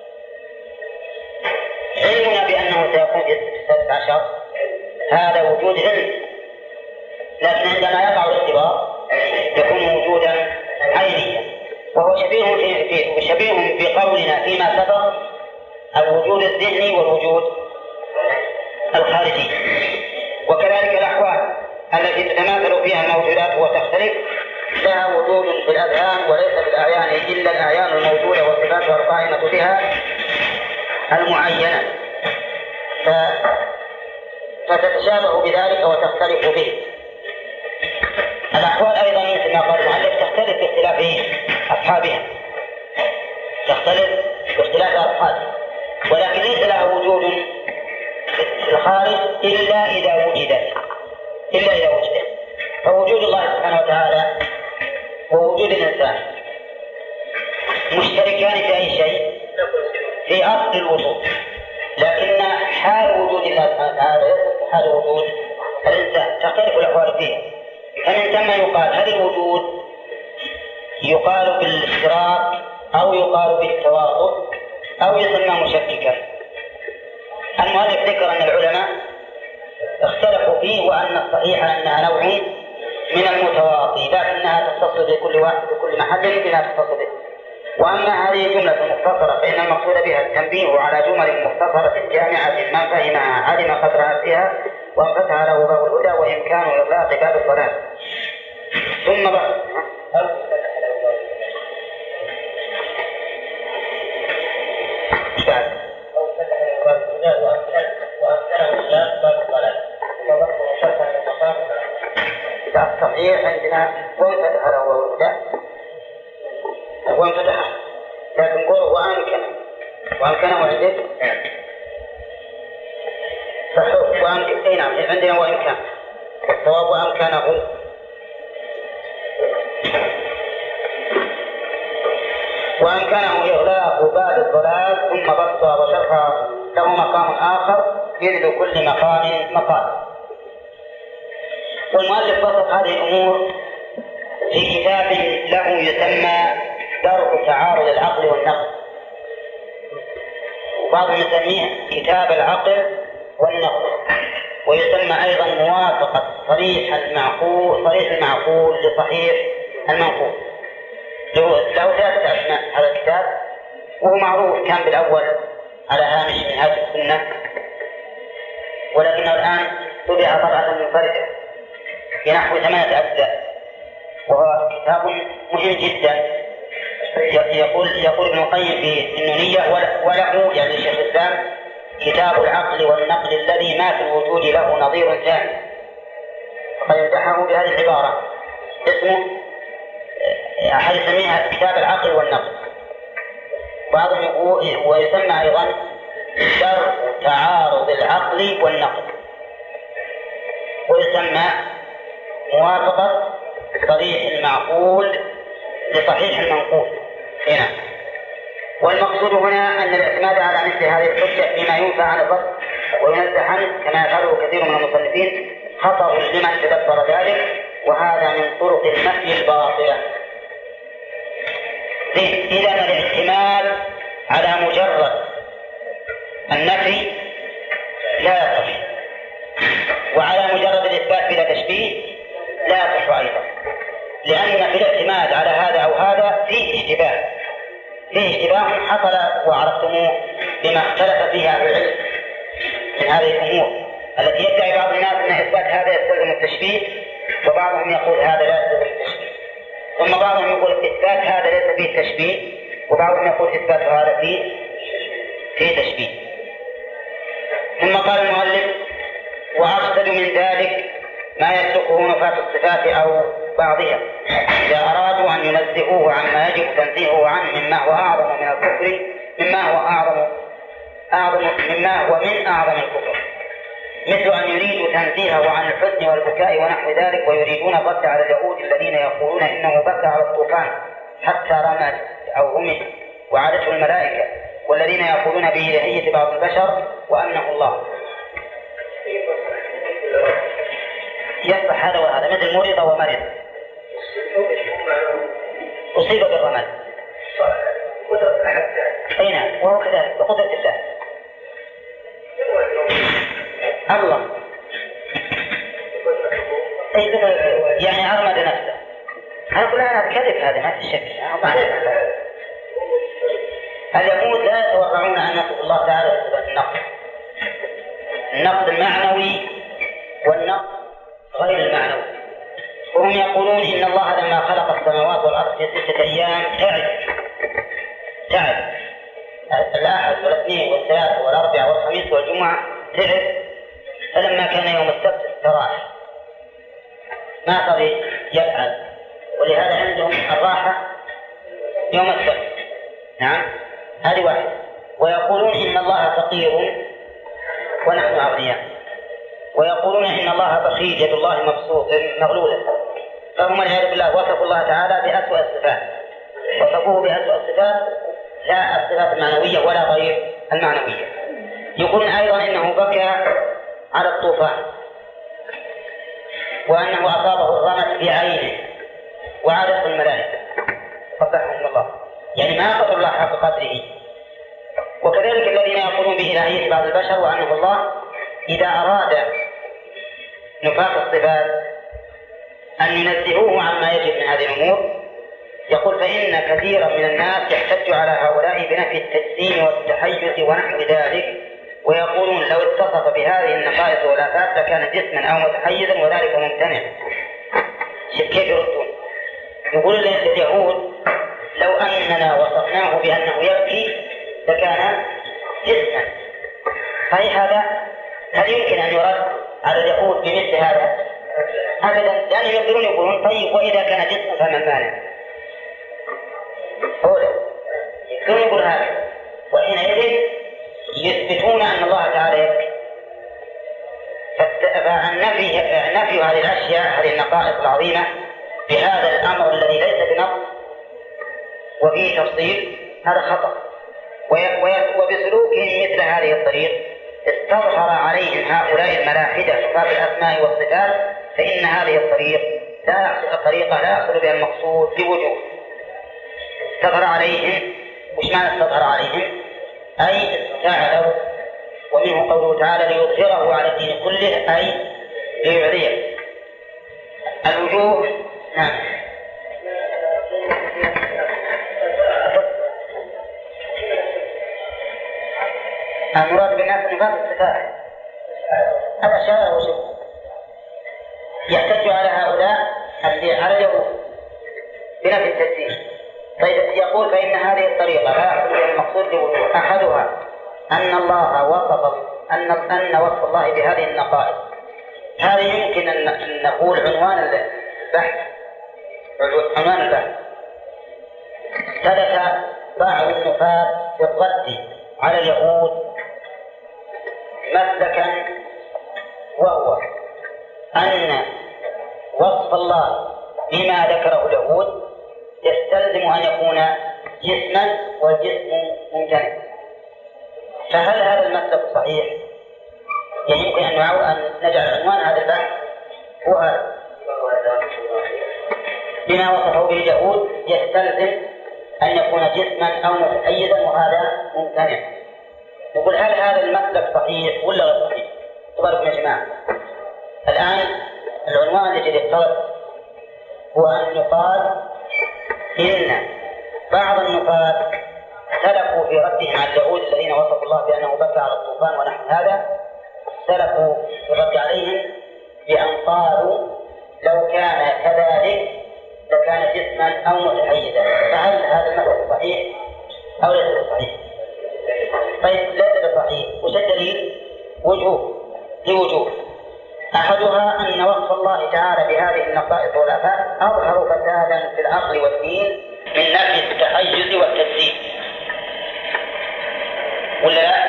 علمنا بأنه سيكون في 16 هذا وجود علم، لكن عندما يقع الاختبار يكون وجودا عينيا، وهو شبيه بقولنا فيما سبق الوجود الذهني والوجود الخارجي. وكذلك الأحوال التي تتماثل فيها الموجودات وتختلف لها وجود في الأذهان وليس في الأعيان إلا الأعيان الموجودة والصفات القائمة بها المعينة، فتتشابه بذلك وتختلف به. الأحوال أيضا مثل ما قال المؤلف تختلف باختلاف أصحابها، ولكن ليس لها وجود في الخارج إلا إذا وجدت. فوجود الله سبحانه وتعالى ووجود الإنسان مشتركان في أي شيء؟ في أصل الوجود، لكن حال وجود الله سبحانه وتعالى ليس حال وجود الإنسان، تختلف الأحوال فيه. فمن ثم يقال هل الوجود يقال بالاشتراك أو يقال بالتواطؤ أو يسمى مشككا؟ المؤلف ذكر أن العلماء اختلفوا فيه، وأن الصحيح أنها نوع من المتواطي، لكنها تختص بكل محل بما تختص به. وأما هذه الجملة المختصرة فإن المقصود بها التنبيه على جمل مختصرة جامعة من فهمها علم قدر نفسها وانفتح له باب الهدى وإمكان إغلاق باب الضلال. ثم بعد الصحيح عندنا وانفتح له باب الهدى وانفتح، لكن نقول وأمكن وعندك صحيح وأمكن. أي نعم عندنا وإمكان، الصواب وأمكنه. وأمكنه إغلاق باب الضلال ثم بسط وشرح له مقام آخر إذ لكل مقام مقال. والمؤلف بسط هذه الأمور في كتاب له يسمى درء تعارض العقل والنقل، وبعضهم يسميه كتاب العقل والنقل، ويسمى أيضا موافقة صريح المعقول لصحيح المنقول. له 3 أسماء هذا الكتاب، وهو معروف كان بالأول على هامش منهاج السنة، ولكنه الآن طبع طبعة منفردة بنحو 8 أجزاء، وهو كتاب مهم جدا. يقول ابن القيم في النونية: وله يعني الشيخ الإسلام كتاب العقل والنقل الذي ما في الوجود له نظير ثاني. فقد يمدحه بهذه العبارة، اسمه أحد يسميها كتاب العقل والنقل. بعضهم يقول ويسمى أيضا شرح تعارض العقل والنقل، ويسمى موافقة صريح المعقول لصحيح المنقول هنا. والمقصود هنا أن الاعتماد على مثل هذه الحجة فيما ينفع عن الضبط وينزه عنه كما يفعله كثير من المصنفين خطأ لمن تدبر ذلك، وهذا من طرق النفي الباطلة. إذا الاعتماد على مجرد النفي لا يصح، وعلى مجرد الإثبات بلا تشبيه لا يصح أيضا، لأن في الاعتماد على هذا أو هذا فيه اشتباه حصل وعرفتموه بما اختلف فيها أهل العلم من هذه الأمور التي يدعي بعض الناس أن إثبات هذا يستلزم التشبيه، وبعضهم يقول هذا لا يستلزم التشبيه، ثم بعضهم يقول إثبات هذا ليس فيه تشبيه، وبعضهم يقول إثبات هذا فيه تشبيه. ثم قال المؤلف: وأفسد من ذلك ما يسلكه نفاة الصفات أو بعضها إذا أرادوا أن ينزهوه عما يجب تنزيهه عنه مما هو أعظم من الكفر، مما هو من أعظم الكفر، مثل أن يريدوا تنزيهه عن الحزن والبكاء ونحو ذلك، ويريدون الرد على اليهود الذين يقولون إنه بكى على الطوفان حتى رمى أو همس وعادته الملائكة، والذين يقولون بإلهية بعض البشر وأنه الله. يصح هذا وهذا، مثل مرض ومرض، أصيب بالرمل، أين وهو كذلك بقدرة الله يعني أرمد نفسه. هذا كلها كذب، هذا ما في شك. اليهود لا يتوقعون أن يصف الله تعالى بصفة النقد المعنوي والنقد غير المعنوي، وهم يقولون إن الله لما خلق السماوات والأرض في 6 أيام تعب الأحد والاثنين والثلاث والأربع والخميس والجمعة تعب، فلما كان يوم السبت استراح ما قضي يفعل، ولهذا عندهم الراحة يوم السبت. نعم، هذه واحدة. ويقولون إن الله فقير ونحن أغنياء، ويقولون إن الله بخيل يد الله مغلولة، فهم والعياذ بالله وصفوا الله تعالى بأسوأ الصفات، وصفوه بأسوأ الصفات لا الصفات المعنوية ولا غير المعنوية. يقولون أيضا إنه بكى على الطوفان، وأنه أصابه الرمد بعينه وعادته الملائكة قبحهم الله، يعني ما قدر الله حق قدره. وكذلك الذين يقولون بإلهية بعض البشر وأنه الله، إذا أراد نفاق الصفات أن ينزهوه عما يجب من هذه الأمور، يقول: فإن كثيرا من الناس يحتج على هؤلاء بنفي التجسيم والتحيز ونحو ذلك، ويقولون لو اتصف بهذه النقائص والآفات لكان جسما أو متحيزا وذلك ممتنع. كيف يردون؟ يقول اليهود: لو أننا وصفناه بأنه يبكي لكان جسما. صحيح هذا؟ هل يمكن أن يرد على اليهود بمثل هذا؟ أبدا، لأنهم يقولون طيب وإذا كان جسما فما المانع؟ يقول هذا، وحينئذ يثبتون أن الله تعالى يبكي. فنفي هذه الأشياء، هذه النقائص العظيمة بهذا الأمر الذي ليس بنص وفيه تفصيل، هذا خطأ. وبسلوكهم مثل هذه الطريق استظهر عليهم هؤلاء الملاحدة صفات الأسماء والصفات، فإن هذه الطريقة لا يحصل بها المقصود بوجوه. استظهر عليهم، وش معنى استظهر عليهم؟ أي تعالوا، ومنه قوله تعالى ليظهره على الدين كله أي ليعليه. الوجوه نعم. المراد بالناس نفاق الصفات الأشاعرة وشبه يحتج على هؤلاء اللي على اليهود بنفي التجسيم. طيب يقول فإن هذه الطريقة لا يحصل بها المقصود لوجوه. أحدها أن الله أن وصف الله بهذه النقائص. هذا يمكن أن نقول عنوان البحث. سلك بعض النفاة في الرد على اليهود مسلكا، وهو أن وصف الله بما ذكره اليهود يستلزم أن يكون جسما والجسم ممتنع. فهل هذا المسلك صحيح؟ يمكن أن نجعل عنوان هذا البحث هو هذا: بما وصفه به اليهود يستلزم أن يكون جسما أو متأيدا وهذا ممتنع. نقول هل هذا المسلك صحيح ولا غير صحيح؟ تبارك يا جماعة. الآن العنوان الذي يفترض هو أن يقال إن بعض النفاة سلكوا في ردهم على اليهود الذين وصفوا الله بأنه بكى على الطوفان ونحو هذا، سلكوا في الرد عليهم بأن قالوا لو كان كذلك لكان جسما أو متحيزا. فهل هذا المسلك صحيح أو ليس صحيح؟ طيب ليس صحيح. وش الدليل؟ لوجوه. أحدها أن وصف الله تعالى بهذه النقائص والآفات أظهر فسادا في العقل والدين من نفي التحيز والتجسيم، ولا لا؟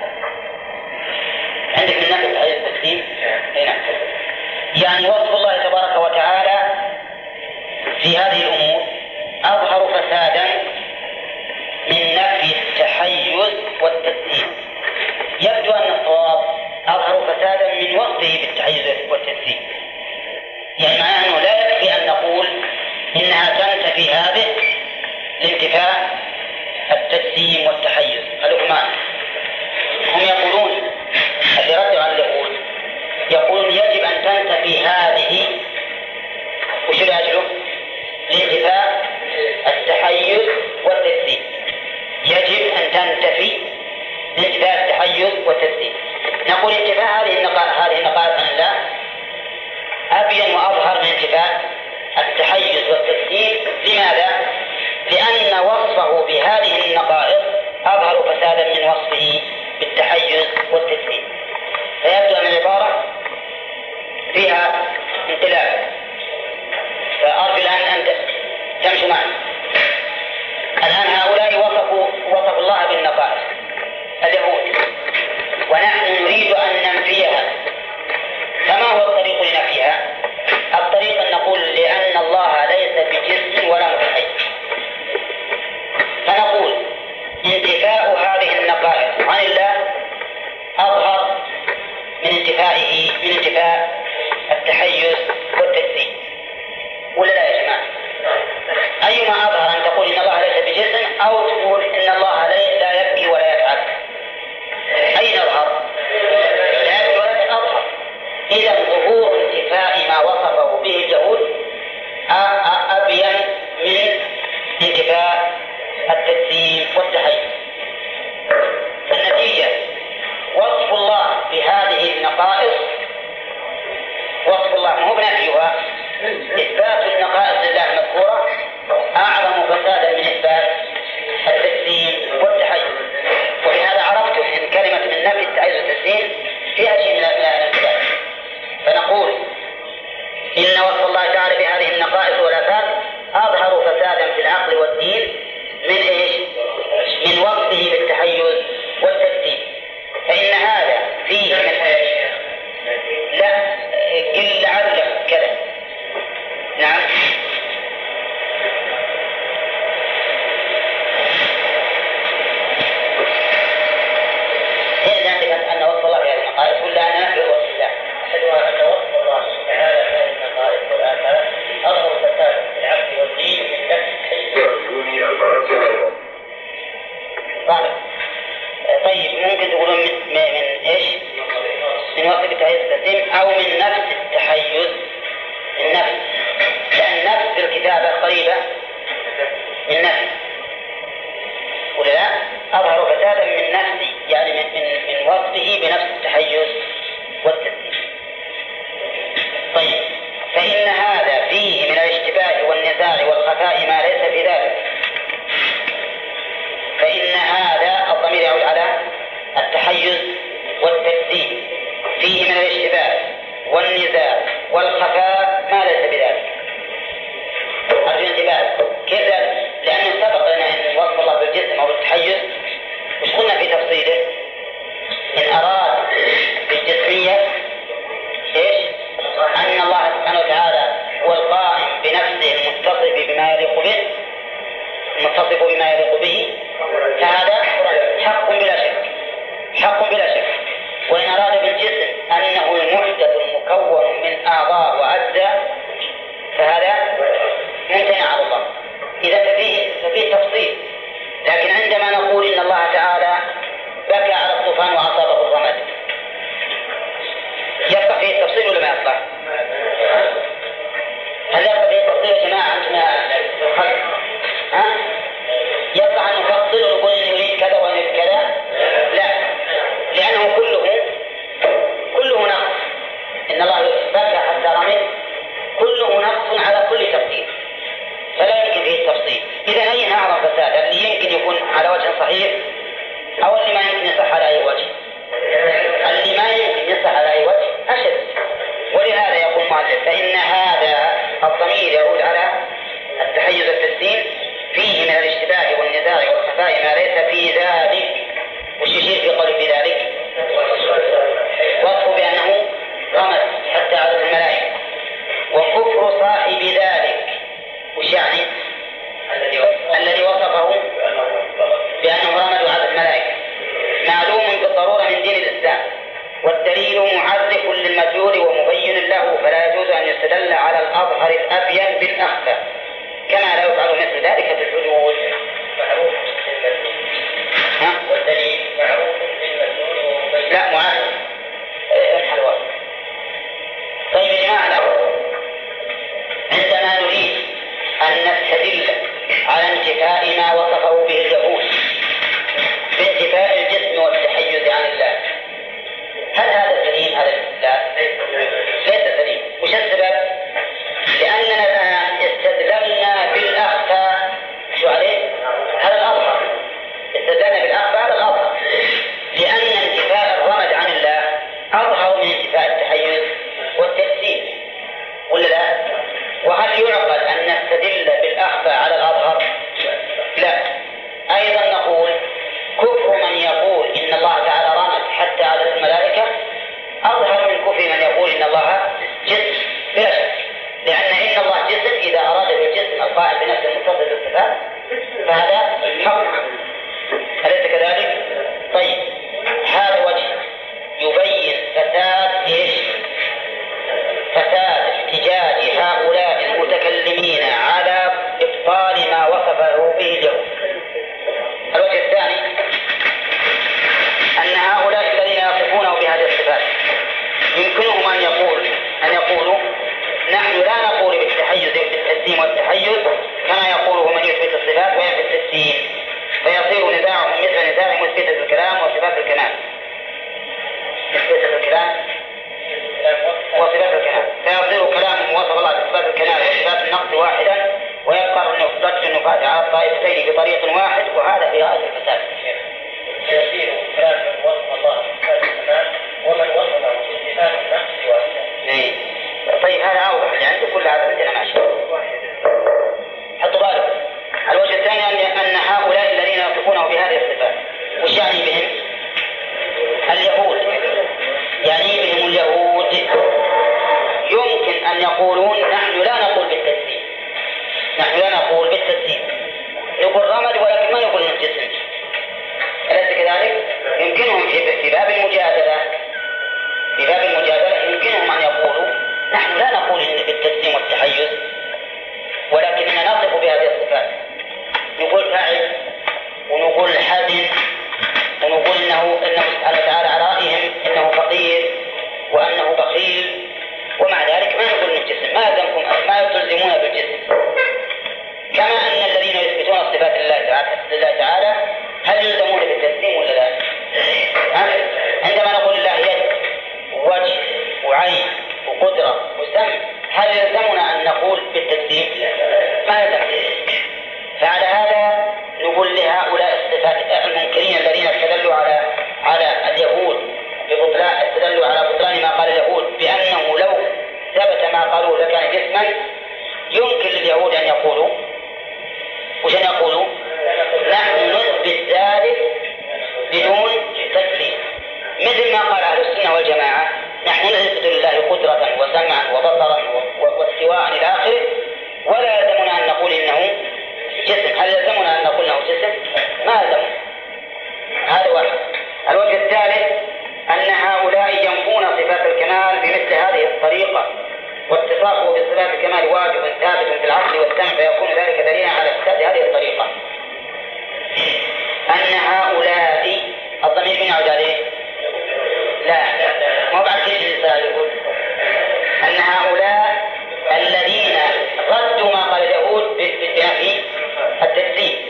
عندك من نفي التحيز والتجسيم؟ نعم. يعني وصف الله تبارك وتعالى في هذه الأمور أظهر فسادا من نفي التحيز والتجسيم. يبدو أن الصواب أظهر فسادا من وصفه بالتحيز والتجسيم. يعني معناه أنه لا يكفي أن نقول إنها تنتفي هذه لانتفاء التجسيم والتحيز الحكمان. هم يقولون اللي ردوا على اليهود يقولون يجب أن تنتفي هذه وش لأجله؟ لانتفاء التحيز والتجسيم. يجب أن تنتفي لانتفاء التحيز والتجسيم. نقول انتفاء هذه النقائص عن الله أبين وأظهر من انتفاء التحيز والتجسيم. لماذا؟ لأن وصفه بهذه النقائص أظهر فسادا من وصفه بالتحيز والتجسيم. فيبدو أن العبارة فيها انقلاب. فأرجو الآن أن تمشوا معي. الآن هؤلاء وصفوا الله بالنقائص اليهود، ونحن نريد أن ننفيها. فما هو الطريق لنفيها؟ الطريق أن نقول لأن الله ليس بجسم ولا متحيز. فنقول انتفاء هذه النقائص عن الله أظهر من انتفاء التحيز والتجسيم، ولا لا يا جماعة؟ أيما أظهر أن تقول إن الله ليس بجسم أو تقول إن الله لا يبكي ولا يفعل. أين أظهر؟ لا يبكي ولا أظهر. إذا ظهور انتفاء ما وصفه به اليهود أبين من انتفاء التجسيم والتحيز. فالنتيجة وصف الله بهذه النقائص، وصف الله مو بنفيها، إثبات النقائص لله المذكورة أعظم فسادا من إثبات التجسيم والتحيز. ولهذا عرفتم إن كلمة من نفي التحيز والتجسيم فيها شيء من الإثبات. فنقول إن وصف الله تعالى بهذه النقائص والآفات أظهر فسادا في العقل والدين من إيش؟ من وصفه بالتحيز والتجسيم. فإن هذا فيه من لا إلا عدل كذا. نعم. من نفسي ولا لا؟ أظهر فسادا من نفسي، يعني من وصفه بنفس التحيز والتسليم. طيب، فإن هذا فيه من الاشتباه والنزاع والخفاء ما ليس في ذلك. فإن هذا الضمير يعود على التحيز والتكذيب، فيه من الاشتباه والنزاع والخفاء ما ليس بذلك. هذا الانتباه كذا، لأنه سبق لنا أن وصف الله بالجسم أو بالتحيز وش قلنا في تفصيله؟ إن أراد بالجسمية إيش؟ أن الله سبحانه وتعالى هو القائم بنفسه المتصف بما يليق به، المتصف بما يليق به، فهذا حق بلا شك، حق بلا شك. وإن أراد بالجسم أنه المحدث المكون من أعضاء وأجزاء فهذا ممتنع على الله. إذا ففيه تفصيل. لكن عندما نقول إن الله تعالى بكى على الطوفان وأصابه الرمد، يبقى فيه التفصيل ولا ما يبقى؟ هل يبقى فيه التفصيل يا جماعة عندنا الخلق؟ يبقى أن نفصل ونقول إن يريد كذا ويريد كذا؟ لا، لأنه كله نقص. إن الله بكى حتى رمد كله نقص على كل تفصيل، فلا يمكن فيه التفصيل. إذا أي أعظم فساد، اللي يمكن يكون على وجه صحيح أو اللي ما يمكن يصح على أي وجه؟ اللي ما يمكن يصح على أي وجه أشد. ولهذا يقول المؤلف فإن هذا الضمير يعود على التحيز والتسليم، فيه من الاشتباه والنزاع والخفاء ما ليس في ذلك. وش يشير في قوله في ذلك؟ وصفه بأنه رمز حتى عدد الملائكة. وكفر صاحب ذلك وش يعني؟ الذي وصفه بأنه رمز عدد الملائكة معلوم بالضرورة من دين الإسلام، والدليل معرف للمدلول ومبين له، فلا يجوز أن يستدل على الأظهر الأبين بالأخفى، كما لا يفعل مثل ذلك في الحدود. والدليل معروف بالمدلول ومبين، لا معرف الحلوى. طيب يا جماعة، عندما نريد أن نستدل على انتفاء ما وصفه به اليهود بانتفاء الجسم والتحيز عن الله، هل هذا سليم؟ هذا لا، ليس سليم. وش السبب؟ لأننا الآن استدللنا بالأخفى شو عليه؟ هذا الأظهر. استدللنا بالأخفى هذا الأظهر، لأن انتفاء الرمد عن الله أظهر من انتفاء التحيز والتجسيم، ولا لا؟ وهل يعقل أن نستدل بالأخفى على الأظهر؟ لا. أيضا نقول كفر من يقول إن الله تعالى رمز حتى عدد الملائكة أظهر من كفر من يقول إن الله جسم، بلا شك، لأن إن الله جسم إذا أراد بالجسم القائم بنفسه المتصف بالصفات فهذا حق، أليس كذلك؟ طيب، هذا وجه يبين فساد إيش؟ فساد احتجاج هؤلاء المتكلمين على إبطال ما وصفه به اليهود. الوجه الثاني أن هؤلاء الذين يصفونه بهذه الصفات يمكنهم أن يقولوا نحن لا نقول بالتحيز بالتسليم والتحيز كما يقوله من يثبت الصفات وينفي التسليم، فيصير نزاعهم مثل نزاع مثبتة الكلام وصفات الكمال. مثبتة الكلام وصفات الكمال، فيصير كلامهم وصف الله بصفات الكمال وصفات النقص واحدا، ويبقى ضجر النفاة على الطائفتين بطريق واحد، وهذا في غاية الفساد. يصير كلامهم وصف الله بصفات الكمال ومن وصفه بصفات النقص واحدا. طيب، هذا أوضح اللي عندي، كل هذا عندنا ماشي. حطوا بالك. الوجه الثاني أن هؤلاء الذين يصفونه بهذه الصفات وش يعني بهم؟ اليهود، يعني بهم اليهود. يمكن أن يقولون نحن لا نقول بالتسليم، نحن لا نقول بالتسليم، نقول رمد ولكن ما نقول إنه جسم، أليس كذلك؟ يمكنهم في باب المجادلة، يمكنهم أن يقولوا نحن لا نقول إن بالتسليم والتحيز ولكننا نصف بهذه الصفات، نقول فاعل ونقول حزن ونقول إنه سبحانه وتعالى على رأيهم إنه فقير وأنه بخيل، ومع ذلك ما نقول إنه جسم، ما تلزمون بالجسم. كما أن الذين يثبتون لله تعالى هل يلزمون بالتسليم ولا لا؟ عندما نقول لله يد ووجه وعين وقدرة وسمع هل يلزمنا أن نقول بالتسليم؟ ما يلزم. فعلى هذا نقول لهؤلاء الصفات المنكرين الذين استدلوا على اليهود استدلوا على بطلان ما قال اليهود بأنه لو ثبت ما قالوا لكان جسما، يمكن لليهود أن يقولوا وش أن يقولوا؟ نحن نثبت ذلك بدون تسليم، مثل ما قال أهل السنة والجماعة نحن نثبت لله قدرة وسمعا وبصرا واستواء إلى آخره، ولا يلزمنا أن نقول إنه جسم. هل يلزمنا أن نقول إنه جسم؟ ما يلزمنا. هذا واحد. الوجه الثالث أن هؤلاء ينفون صفات الكمال بمثل هذه الطريقة، واتصافه بصفات الكمال واجب ثابت في العقل والسمع، فيكون ذلك دليلا على إثبات هذه الطريقة. أن هؤلاء الضمير من يعود عليه؟ لا، ما بعد شيء يقول أن هؤلاء الذين ردوا ما قال اليهود بنفي التسليم،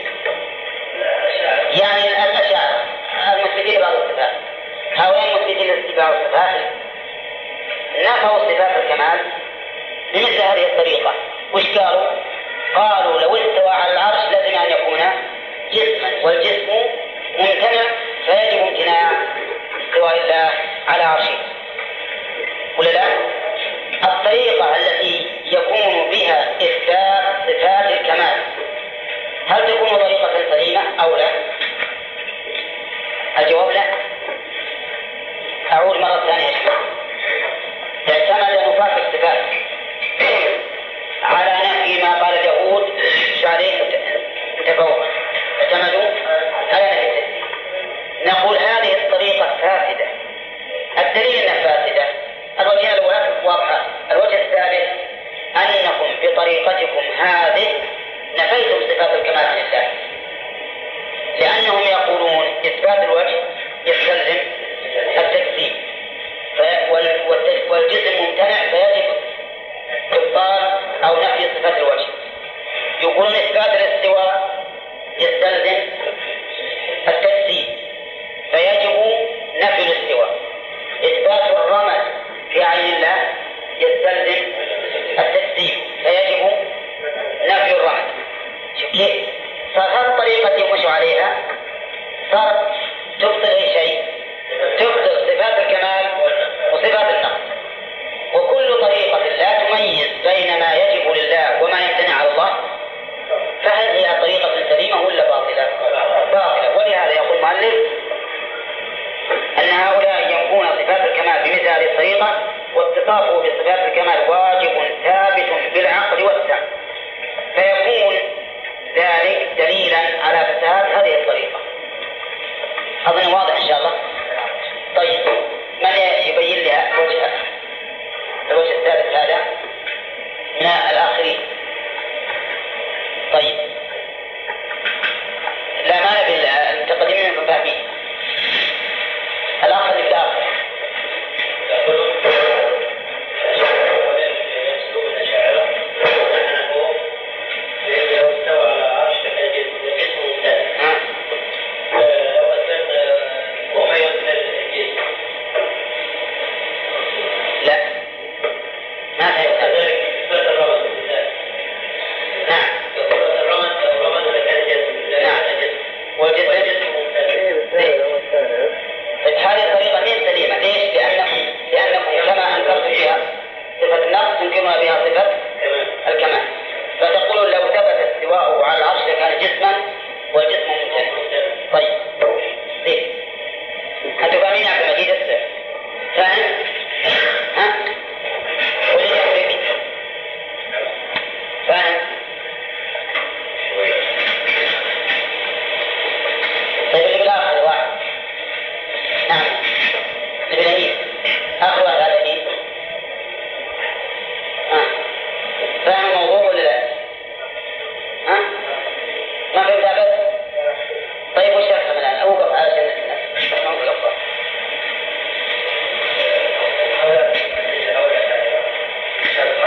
يعني الأشاعرة المثبتين بعض الصفات، هؤلاء المثبتين بعض الصفات نفوا صفات الكمال بمثل هذه الطريقة. وش قالوا؟ قالوا لو استوى على العرش لازم أن يكون جسما، والجسم ممتنع فيجب امتناع استواء الله على عرشه، ولا لا؟ الطريقة التي يكون بها إثبات صفات الكمال هل تكون طريقة سليمة أو لا؟ الجواب لا. أعود مرة ثانية. اعتمد نفاة الصفات على نفي ما قال اليهود عليه متفوق، اعتمدوا على نفي التسليم. نقول هذه الطريقة فاسدة. الدليل أنها فاسدة الوجه الأول واضحة. الوجه الثالث أنكم بطريقتكم هذه نفيتم صفات الكمال عن الله، لأنهم يقولون إثبات الوجه يستلزم التكذيب، والجسم ممتنع فيجب إبطال أو نفي صفات الوجه. يقولون إثبات الاستواء يستلزم التكذيب فيجب نفي الاستواء. إثبات الرمز في عين الله يستلزم التكذيب فيجب نفي الرمز. شوف كيف صار هالطريقة يمشوا عليها، صار تبطل أي شيء، تبطل صفات الكمال وصفات النقص. وكل طريقة لا تميز بين ما يجب لله وما يمتنع على الله فهل هي طريقة سليمة ولا باطلة؟ باطلة. ولهذا يقول المؤلف أن هؤلاء ينفون صفات الكمال بمثل هذه الطريقة، واتصافه بصفات الكمال واجب ثابت بالعقل والسمع، فيكون ذلك دليلا على فساد هذه الطريقة. أظن واضح إن شاء الله. طيب من يبين لي الوجه الثالث هذا من الآخرين؟ طيب لا ما نبي المتقدمين المفاهيم، الآخر اللي بالآخر.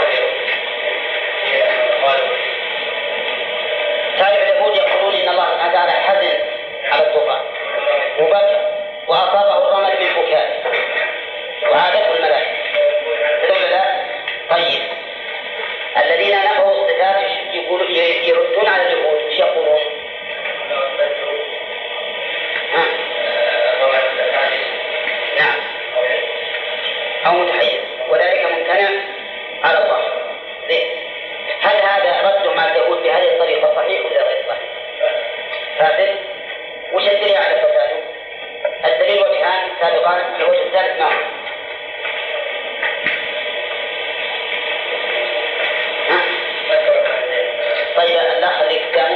تعرف اليهود يقولون إن الله سبحانه وبكى وأصابه الرمل من بكائه وعادته الملائكة تقول لا. طيب الذين نفوا الصفات يردون على اليهود وش يقولون؟ نعم أو متحيز وذلك ممتنع على الله. هل هذا رد على اليهود بهذه الطريقة صحيح ولا غير صحيح؟ فاسد. وش الدليل على فساده؟ الدليل وجهان سابقان، الوجه الثالث معه. طيب الأخ اللي قدامه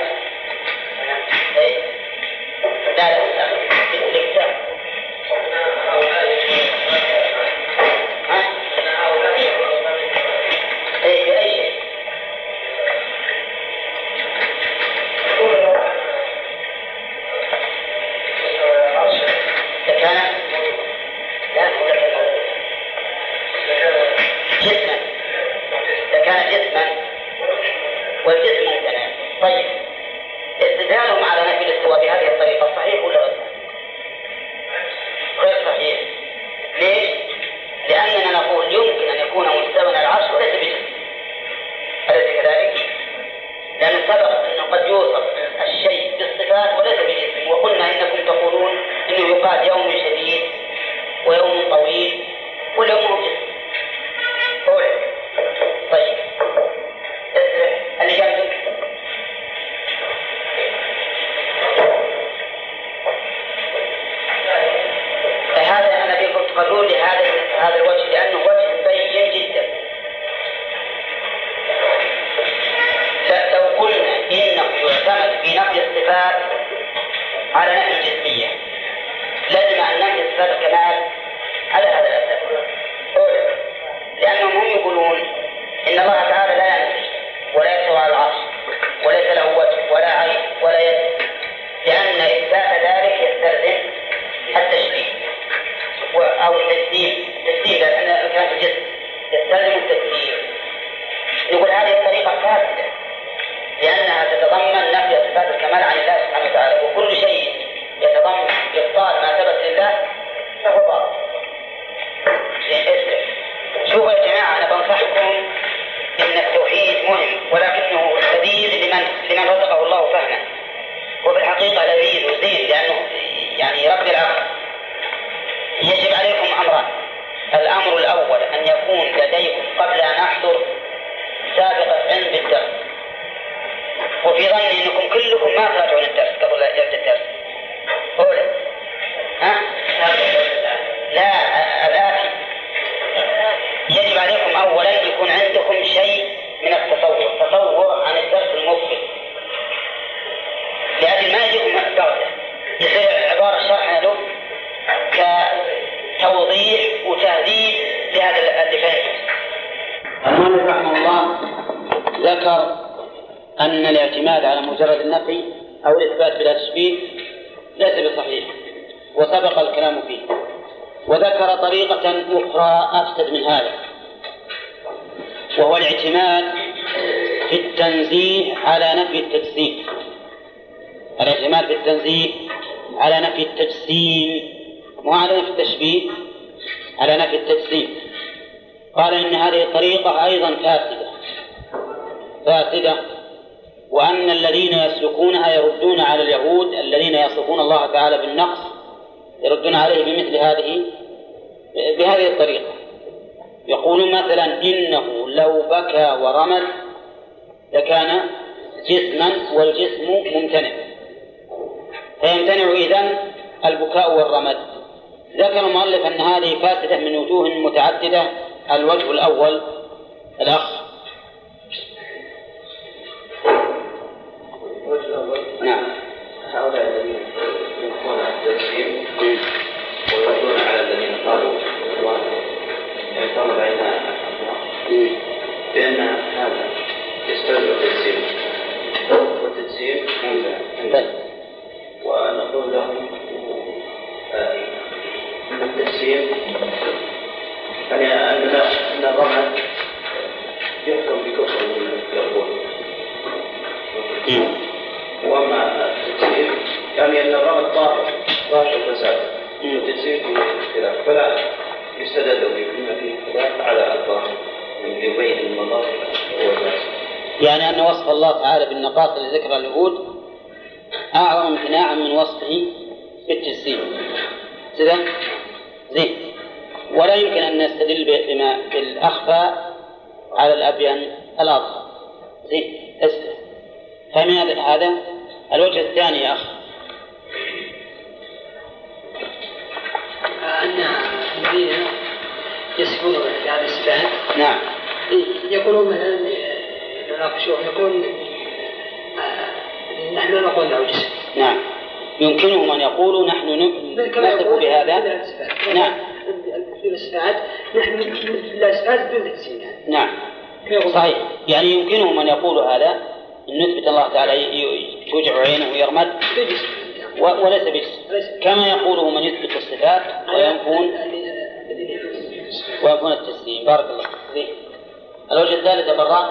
لا اللي قدامه بأي شيء كان لا جسما كان جسما والجسم ممتنع. طيب استدلالهم على نفي الاستواء بهذه الطريقة صحيح ولا غير صحيح؟ ليش؟ لأننا نقول يمكن أن يكون مستوى العرش وليس بجسم، أليس كذلك؟ لأن سبق أنه قد يوصف الشيء بالصفات وليس بجسم، وقلنا إنكم تقولون إنه يقال يوم شديد ويوم طويل واليوم هو جسم. طيب اللي جنبك هذا أنا بيكم تقولون لهذا الوجه لأنه وجه بين جدا. لو قلنا إنه يعتمد في نفي الصفات على نفي الجسمية لازم أن نفي الصفات الكمال على هذا الأساس. لأنهم هم يقولون إن الله تعالى لا ينفي ولا يستوى على العرش وليس له وجه ولا عين ولا يد، لأن إثبات ذلك يستلزم التشبيه أو التجسيم لأن كان الجسم يستلزم التجسيم. نقول هذه الطريقة فاسدة لأنها تتضمن نفي صفات الكمال عن الله سبحانه وتعالى، وكل شيء يتضمن إبطال ما ثبت لله فهو باطل. شوفوا يا جماعة أنا بنصحكم إن التوحيد مهم ولكنه سبيل لمن رزقه الله فهمه، وبالحقيقة لا يريد زين لأنه يعني يربي العقل. يجب عليكم أمران. الأمر الأول أن يكون لديكم قبل أن أحضر سابقة علم بالدرس، وفي ظني أنكم كلكم ما تراجعون الدرس قبل يبدأ الدرس. لا الآتي يجب عليكم أولا يكون عندكم شيء من تصور عن الدرس المفصل، لأجل ما يجيكم بغتة يصير عبارة شرحنا له كتوضيح وتهذيب لهذا اللي فهمته. المؤلف رحمه الله ذكر أن الاعتماد على مجرد النفي أو الإثبات بلا تشبيه ليس بصحيح وسبق الكلام فيه، وذكر طريقة أخرى أفسد من هذا، وهو الاعتماد في التنزيه على نفي التجسيم. الاعتماد في التنزيه على نفي التجسيم مو على نفي التشبيه، على نفي التجسيم. قال إن هذه الطريقة أيضا فاسدة، وأن الذين يسلكونها يردون على اليهود الذين يصفون الله تعالى بالنقص، يردون عليه بهذه الطريقة. يقولون مثلا إنه لو بكى ورمل لكان جسما والجسم ممتنع، فيمتنع إذن البكاء والرمل. ذكر المؤلف أن هذه فاسدة من وجوه متعددة. الوجه الأول الأخ نعم هؤلاء الذين ينكرون التجسيم ويردون على الذين قالوا ويعتمد علينا بأن هذا يستلزم التجسيم والتجسيم ممتنع، ونقول لهم التجسيم يعني أن الرمل يحكم بكفر الأول، وأما التجسيم يعني أن الرمل طاهر إثبات وفساد والتجسيم فيه خلاف، فلا يستدل بما فيه خلاف على الظاهر يبين المناط والناس. يعني أن وصف الله تعالى بالنقاص لذكر اليهود أعظم امتناعا من وصفه بالتجسيم. زين. ولا يمكن أن نستدل بالأخفى على الأبين الأظهر. زين. فمن هذا الوجه الثاني يا أخ أن الذين يصفون بهذه الصفات نعم يقولون مثلا يناقشون يقول نحن نقول له جسم. نعم يمكنهم أن يقولوا نحن نصف بهذا. نعم في الصفات نحن لا صفات بدون تجسيم. نعم صحيح. يعني يمكنهم أن يقولوا هذا أن نثبت الله تعالى توجع عينه ويغمد وليس بجسم، كما يقوله من يثبت الصفات وينفون التسليم. بارك الله فيك. الوجه الثالث براك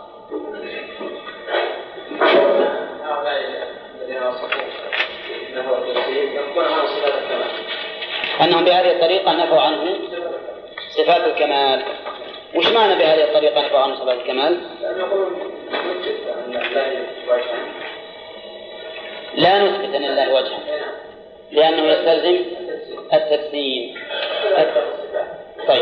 أنهم بهذه الطريقة نفوا عنه صفات الكمال. وش معنى بهذه الطريقة نفوا عنه صفات الكمال؟ لا نثبت أن الله وجها لأنه يستلزم التجسيم. طيب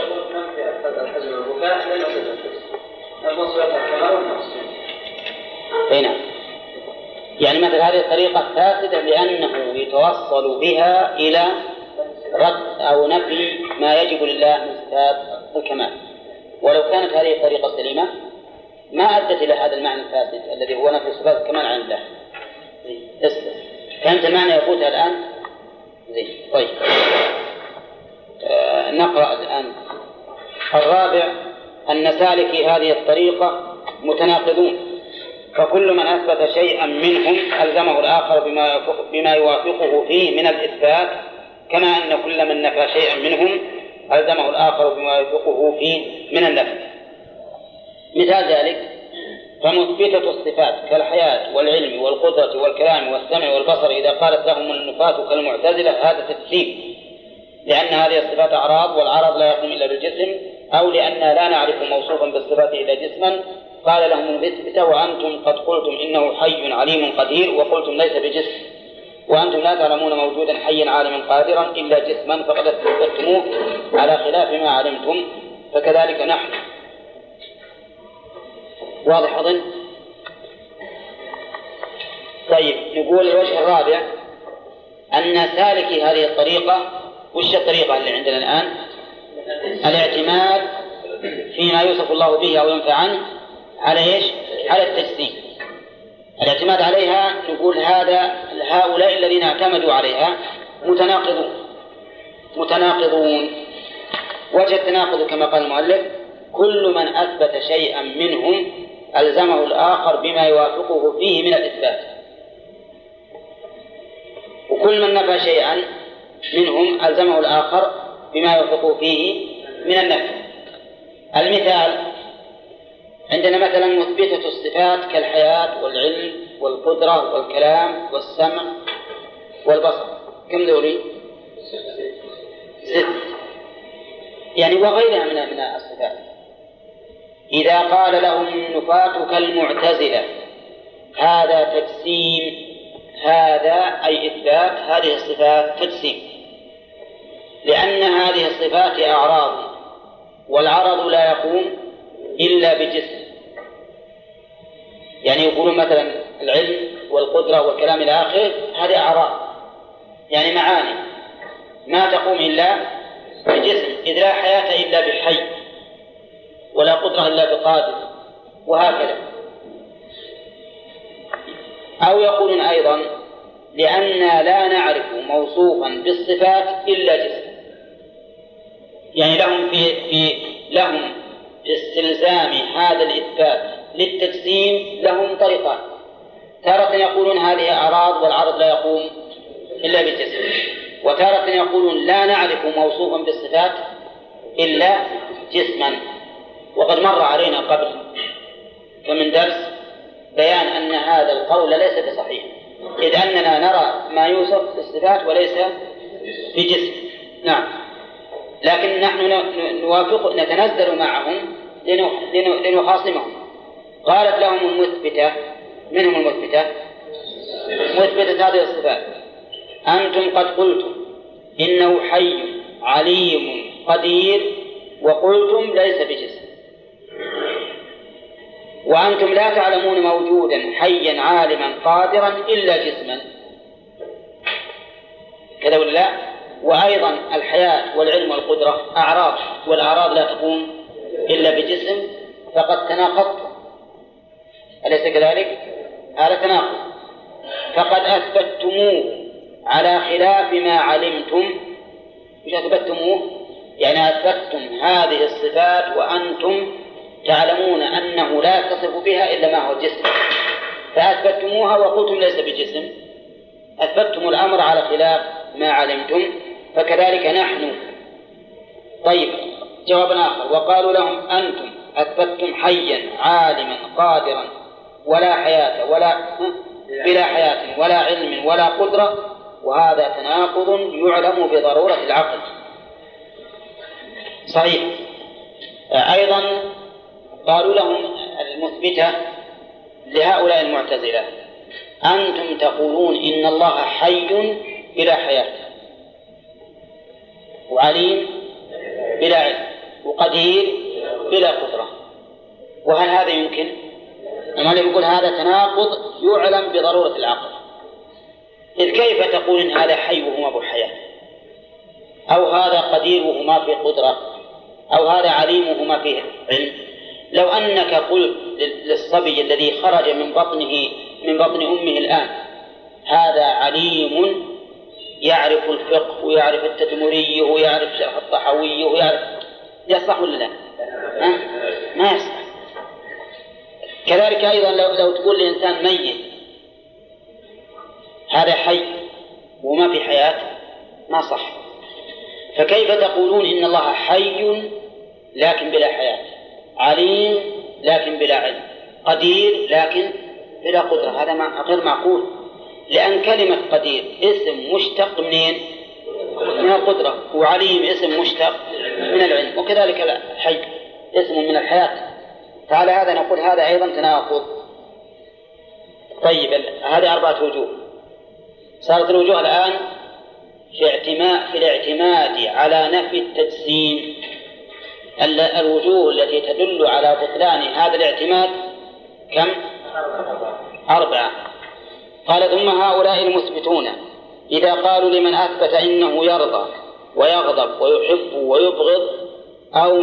هنا يعني مثل هذه الطريقة فاسدة لأنه يتوصل بها إلى رد أو نفي ما يجب لله من صفات الكمال. ولو كانت هذه الطريقة سليمة ما أدت إلى هذا المعنى الفاسد الذي هو نفي صفات الكمال عن الله. فهمت المعنى يقولها الآن؟ زين. طيب نقرأ الآن. الرابع أن سالكي هذه الطريقة متناقضون، فكل من أثبت شيئا منهم ألزمه الآخر بما يوافقه فيه من الإثبات، كما أن كل من نفى شيئا منهم ألزمه الآخر بما يوافقه فيه من النفي. مثال ذلك فمثبتة الصفات كالحياة والعلم والقدرة والكلام والسمع والبصر إذا قالت لهم النفاة كالمعتزلة هذا تكذيب، لأن هذه الصفات أعراض والعرض لا يقوم إلا بالجسم، أو لأننا لا نعرف موصوفا بالصفات إلا جسما. قال لهم المثبتة وأنتم قد قلتم إنه حي عليم قدير وقلتم ليس بجسم، وأنتم لا تعلمون موجودا حيا عالما قادرا إلا جسما فقد أثبتموه على خلاف ما علمتم، فكذلك نحن. واضح أظن؟ طيب نقول الوجه الرابع أن سالكي هذه الطريقة، وش الطريقة اللي عندنا الآن؟ الاعتماد فيما يوصف الله به أو ينفع عنه على إيش؟ على التجسيم. الاعتماد عليها نقول هؤلاء الذين اعتمدوا عليها متناقضون. وجه التناقض كما قال المؤلف كل من أثبت شيئا منهم ألزمه الآخر بما يوافقه فيه من الإثبات، وكل من نفى شيئا منهم ألزمه الآخر بما يوافقه فيه من النفي. المثال عندنا مثلا مثبتة الصفات كالحياة والعلم والقدرة والكلام والسمع والبصر، كم ذولي؟ 6. يعني وغيرها من الصفات. إذا قال لهم النفاة كالمعتزلة هذا تجسيم، هذا أي إثبات هذه الصفات تجسيم، لأن هذه الصفات أعراض والعرض لا يقوم إلا بجسم. يعني يقولون مثلا العلم والقدرة والكلام إلى آخره هذه أعراض، يعني معاني ما تقوم إلا بجسم، إذ لا حياة إلا بحي ولا قدرة إلا بقادر، وهكذا. أو يقولون أيضا لأننا لا نعرف موصوفا بالصفات إلا جسم، يعني لهم في استلزام هذا الإثبات للتجسيم لهم طريقان. تارة يقولون هذه أعراض والعرض لا يقوم إلا بالجسم، وتارة يقولون لا نعرف موصوفا بالصفات إلا جسما. وقد مر علينا قبل فمن درس بيان أن هذا القول ليس بصحيح، إذ أننا نرى ما يوصف بالصفات وليس بجسم. نعم، لكن نحن نتنزل معهم لنخاصمهم. قالت لهم المثبتة، من هم المثبتة؟ مثبتة هذه الصفات: أنتم قد قلتم إنه حي عليم قدير، وقلتم ليس بجسم، وأنتم لا تعلمون موجودا حيا عالما قادرا إلا جسما، كذا ولا لا؟ وأيضا الحياة والعلم والقدرة أعراض، والأعراض لا تقوم إلا بجسم، فقد تناقضتم، أليس كذلك؟ هذا تناقض. فقد أثبتموه على خلاف ما علمتم. مش أثبتموه يعني أثبتم هذه الصفات وأنتم تعلمون أنه لا يتصف بها إلا ما هو جسم، فأثبتموها وقلتم ليس بجسم، أثبتم الأمر على خلاف ما علمتم، فكذلك نحن. طيب، جواب آخر: وقالوا لهم أنتم أثبتم حيا عالما قادرا ولا حياة بلا حياة ولا علم ولا قدرة، وهذا تناقض يعلم بضرورة العقل. صحيح. أيضا قالوا لهم المثبتة لهؤلاء المعتزلة: أنتم تقولون إن الله حي بلا حياة، وعليم بلا علم، وقدير بلا قدرة، وهل هذا يمكن؟ أما يقول هذا تناقض يعلم بضرورة العقل. إذ كيف تقول إن هذا حي وهو أبو حياة، أو هذا قدير وهو ما فيه قدرة، أو هذا عليم وهو ما فيه علم؟ لو أنك قلت للصبي الذي خرج من بطن أمه الآن: هذا عليم يعرف الفقه ويعرف التدمري ويعرف شرح الطحاوي ويعرف، يصح ولا لا؟ ما يصح. كذلك أيضا لو تقول لإنسان ميت: هذا حي وما في حياة، ما صح. فكيف تقولون إن الله حي لكن بلا حياة، عليم لكن بلا علم، قدير لكن بلا قدرة؟ هذا غير معقول، لأن كلمة قدير اسم مشتق منين؟ من القدرة، وعليم اسم مشتق من العلم، وكذلك حي اسم من الحياة. فعلى هذا نقول هذا أيضا تناقض. طيب، هذه 4 وجوه. صارت الوجوه الآن في الاعتماد على نفي التجسيم. الوجوه التي تدل على بطلان هذا الاعتماد كم؟ 4. قال: ثم هؤلاء المثبتون إذا قالوا لمن أثبت إنه يرضى ويغضب ويحب ويبغض أو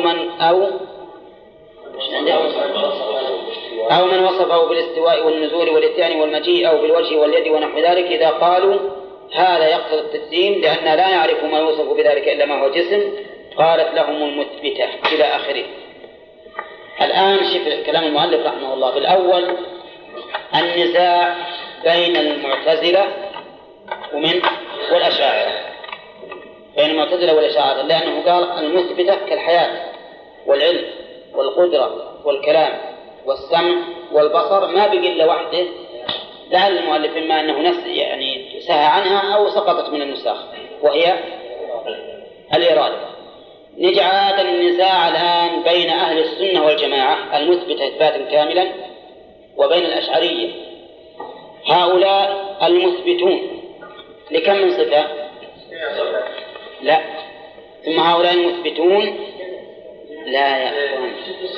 من وصفه بالاستواء والنزول والاتيان والمجيء أو بالوجه واليد ونحو ذلك، إذا قالوا هذا يقتضي التجسيم لأن لا نعرف ما يوصف بذلك إلا ما هو جسم، قالت لهم المثبتة إلى آخره. الآن شوف كلام المؤلف رحمه الله. بالأول النزاع بين المعتزلة والأشاعرة، بين المعتزلة والأشاعرة، لأنه قال المثبتة كالحياة والعلم والقدرة والكلام والسمع والبصر، ما بقي إلا وحده. لعل المؤلف إما أنه يعني سهى عنها أو سقطت من النساخ، وهي الإرادة. نجعل النزاع الآن بين أهل السنة والجماعة المثبتة إثباتا كاملا وبين الأشعرية. هؤلاء المثبتون لكم من صفة؟ لا. ثم هؤلاء المثبتون لا يا أخوان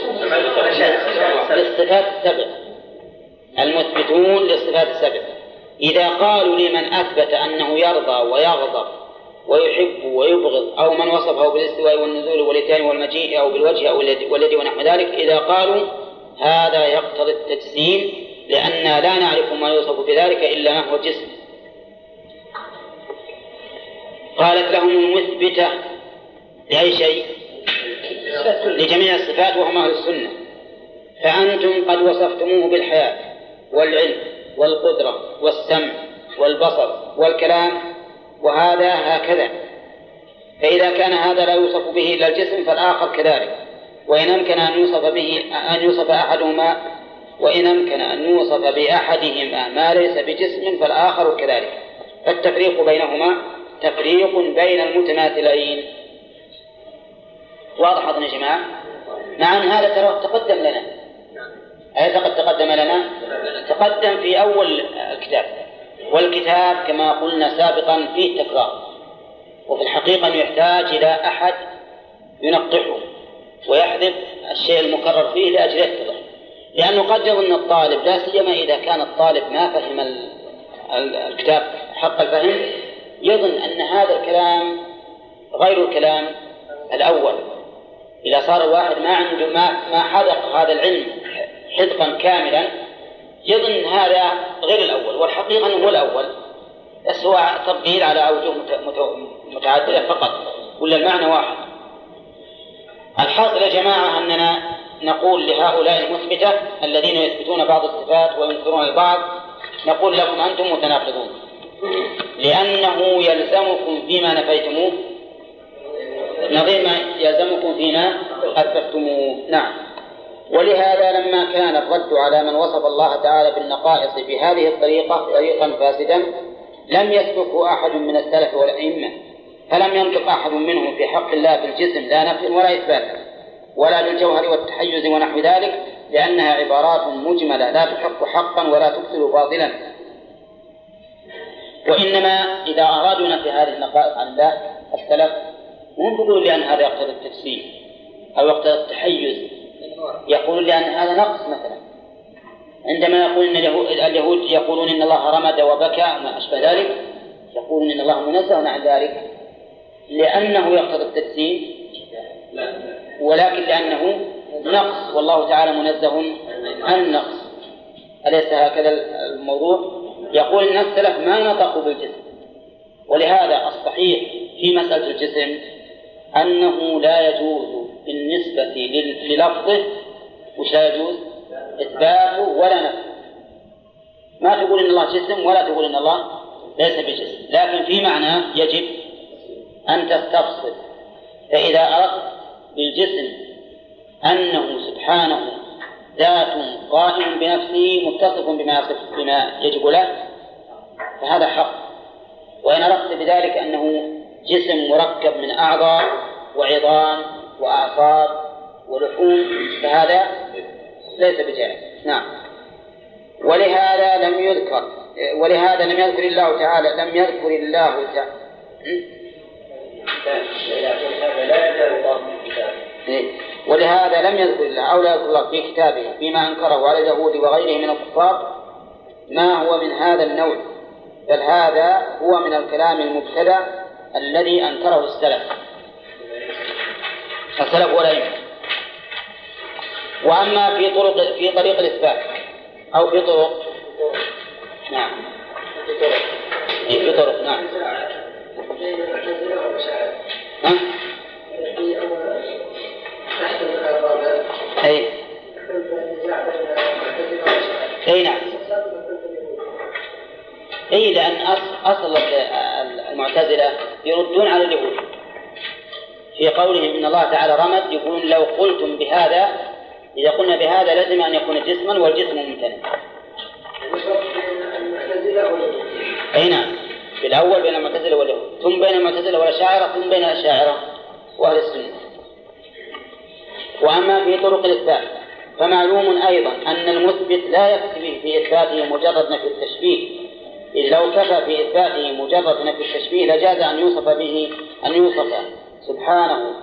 للصفات السبع، المثبتون للصفات السبع. إذا قالوا لمن أثبت أنه يرضى ويغضب ويحب ويبغض أو من وصفه بالاستواء والنزول والاتيان والمجيء أو بالوجه أو اليد ونحو ذلك، إذا قالوا هذا يقتضي التجسيم لأننا لا نعرف ما يوصف بذلك إلا ما هو جسم، قالت لهم المثبتة لأي شيء؟ لجميع الصفات وهم أهل السنة. فأنتم قد وصفتموه بالحياة والعلم والقدرة والسمع والبصر والكلام، وهذا هكذا. فإذا كان هذا لا يوصف به إلا الجسم فالآخر كذلك، وإن أمكن أن يوصف أحدهما، وإن أمكن أن يوصف بأحدهما ما ليس بجسم فالآخر كذلك، فالتفريق بينهما تفريق بين المتماثلين. واضح أظن يا جماعة؟ مع أن هذا ترى تقدم لنا، أليس قد تقدم لنا؟ تقدم في أول الكتاب، والكتاب كما قلنا سابقا فيه تكرار، وفي الحقيقة يحتاج إلى أحد ينقحه ويحذف الشيء المكرر فيه لأجل يتضح، لأنه قد يظن الطالب، لا سيما إذا كان الطالب ما فهم الكتاب حق الفهم، يظن أن هذا الكلام غير الكلام الأول. إذا صار الواحد ما عنده ما حدق هذا العلم حدقا كاملا، يظن هذا غير الأول، والحقيقة أنه هو الأول، بس هو تبديل على أوجه متعددة فقط، ولا المعنى واحد. الحاصل يا جماعة أننا نقول لهؤلاء المثبتة الذين يثبتون بعض الصفات وينكرون البعض، نقول لكم أنتم متناقضون، لأنه يلزمكم فيما نفيتموه نظير ما يلزمكم فيما أثبتموه. نعم. ولهذا لما كان الرد على من وصف الله تعالى بالنقائص بهذه الطريقة طريقا فاسدا، لم يسبقه أحد من السلف والأئمة، فلم ينطق أحد منهم في حق الله بالجسم لا نفي ولا إثبات، ولا بالجوهر والتحيز ونحو ذلك، لأنها عبارات مجملة لا تحق حقا ولا تبطل باطلا. وإنما إذا أرادوا نفي هذه النقائص عن الله السلف هم يقولون لأن هذا يقتضي التفسير أو يقتضي التحيز، يقولون لأن هذا نقص مثلا، عندما يقول إن اليهود يقولون إن الله رمد وبكى وما أشبه ذلك، يقولون إن الله منزه عن ذلك لأنه يقتضي التجسيم، ولكن لأنه نقص، والله تعالى منزه عن النقص. أليس هكذا الموضوع؟ يقول إن السلف ما نطقوا بالجسم، ولهذا الصحيح في مسألة الجسم أنه لا يجوز بالنسبة للفظه وش لا يجوز إثباته ولا نفيه. ما تقول إن الله جسم ولا تقول إن الله ليس بجسم، لكن في معنى يجب أن تستفصل. فإذا أردت بالجسم أنه سبحانه ذات قائم بنفسه متصف بما يجب له فهذا حق، وإن أردت بذلك أنه جسم مركب من أعضاء وعظام وأعصاب ولحوم فهذا ليس بجائز. نعم. ولهذا لم يذكر الله تعالى ولهذا لم يذكر الله أو لا يذكر الله في كتابه فيما أنكره على اليهود وغيره من الكفار ما هو من هذا النوع، بل هذا هو من الكلام المبتدع الذي أنكره السلف والأئمة. وأما في طريق الإثبات أو في طرق، نعم في طرق، نعم أي نعم. أي لأن أصل المعتزلة يردون على اليهود في قولهم إن الله تعالى رمد، يقولون لو قلتم بهذا، إذا قلنا بهذا لازم أن يكون جسما والجسم ممتنع. أي نعم. في الأول بين المعتزلة واليهود، ثم بين المعتزلة والأشاعرة، ثم بين الأشاعرة وأهل السنة. وأما في طرق الإثبات فمعلوم أيضا أن المثبت لا يكفي في إثباته مجرد نفي التشبيه، إذ لو كفى في إثباته مجرد نفي التشبيه لجاز أن يوصف سبحانه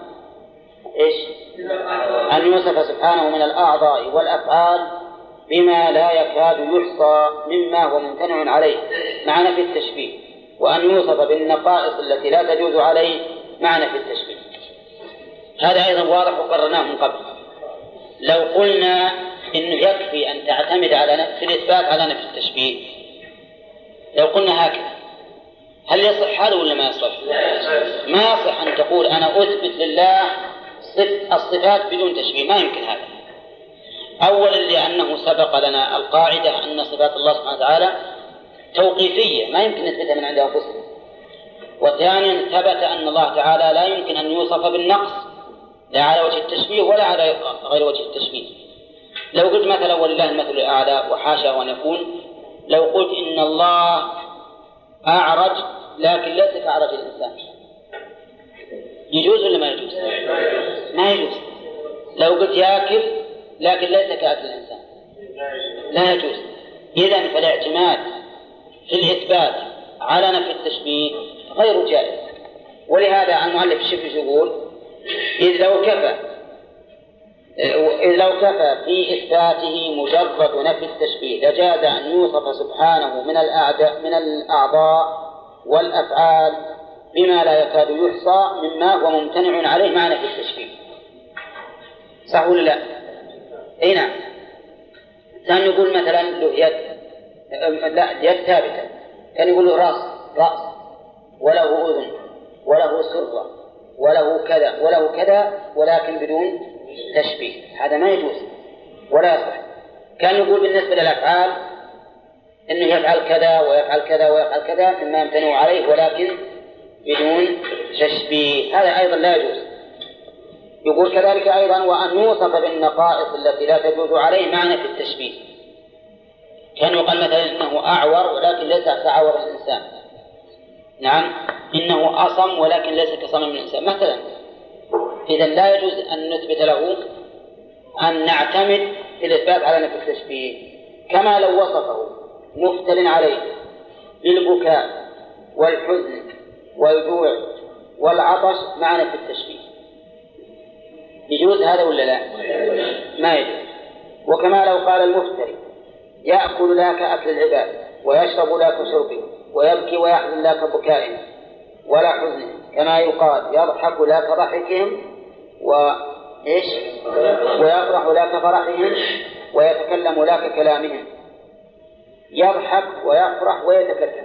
أن يوصف سبحانه من الأعضاء والأفعال بما لا يكاد يحصى مما هو ممتنع عليه مع نفي التشبيه، وأن يوصف بالنقائص التي لا تجوز عليه مع نفي التشبيه. هذا أيضا واضح وقررناه من قبل. لو قلنا إنه يكفي أن تعتمد على في الإثبات على نفي التشبيه، لو قلنا هكذا هل يصح هذا ولا ما يصح؟ ما يصح أن تقول أنا أثبت لله الصفات بدون تشبيه، ما يمكن هذا. أولا لأنه سبق لنا القاعدة أن صفات الله سبحانه وتعالى توقيفية ما يمكن نثبتها من عند أنفسنا. وثانيا ثبت أن الله تعالى لا يمكن أن يوصف بالنقص لا على وجه التشبيه ولا على غير وجه التشبيه. لو قلت مثلا ولله المثل الأعلى وحاشا وأن يكون، لو قلت إن الله أعرج لكن ليس كعرج الإنسان، يجوز ولا ما يجوز؟ ما يجوز. لو قلت يأكل لكن ليس كأكل الإنسان لا يجوز. إذن فالاعتماد في الإثبات على نفي التشبيه غير جائز. ولهذا المؤلف الشفري يقول إذ لو كفى في إثباته مجرد نفي التشبيه لجاز أن يوصف سبحانه من الأعضاء والأفعال بما لا يكاد يحصى مما هو ممتنع عليه مع نفي التشبيه. صح ولا لا؟ أي نعم. كان يقول مثلا له يد، لا يد ثابتة، كان يقول له رأس وله أذن وله سرة وله كذا وله كذا ولكن بدون تشبيه، هذا ما يجوز ولا يصح. كان يقول بالنسبة للأفعال إنه يفعل كذا ويفعل كذا ويفعل كذا مما يمتنع عليه ولكن بدون تشبيه، هذا أيضا لا يجوز. يقول كذلك أيضا وأن يوصف بالنقائص التي لا تجوز عليه معنى في التشبيه. كان يقال مثلا إنه أعور ولكن ليس كأعور الإنسان، نعم إنه أصم ولكن ليس كصمم الإنسان مثلا. إذن لا يجوز أن نثبت له أن نعتمد في الإثبات على نفي التشبيه. كما لو وصفه مفتل عليه بالبكاء والحزن والجوع والعطش مع نفي التشبيه، يجوز هذا ولا لا؟ ما يجوز. وكما لو قال المفتري يأكل لا كأكل العباد ويشرب لا كشربه ويبكي ويحزن لا كبكائهم ولا حزنهم، كما يقال يضحك لا كضحكهم ويفرح لا كفرحهم ويتكلم لا ككلامهم. يضحك ويفرح ويتكلم،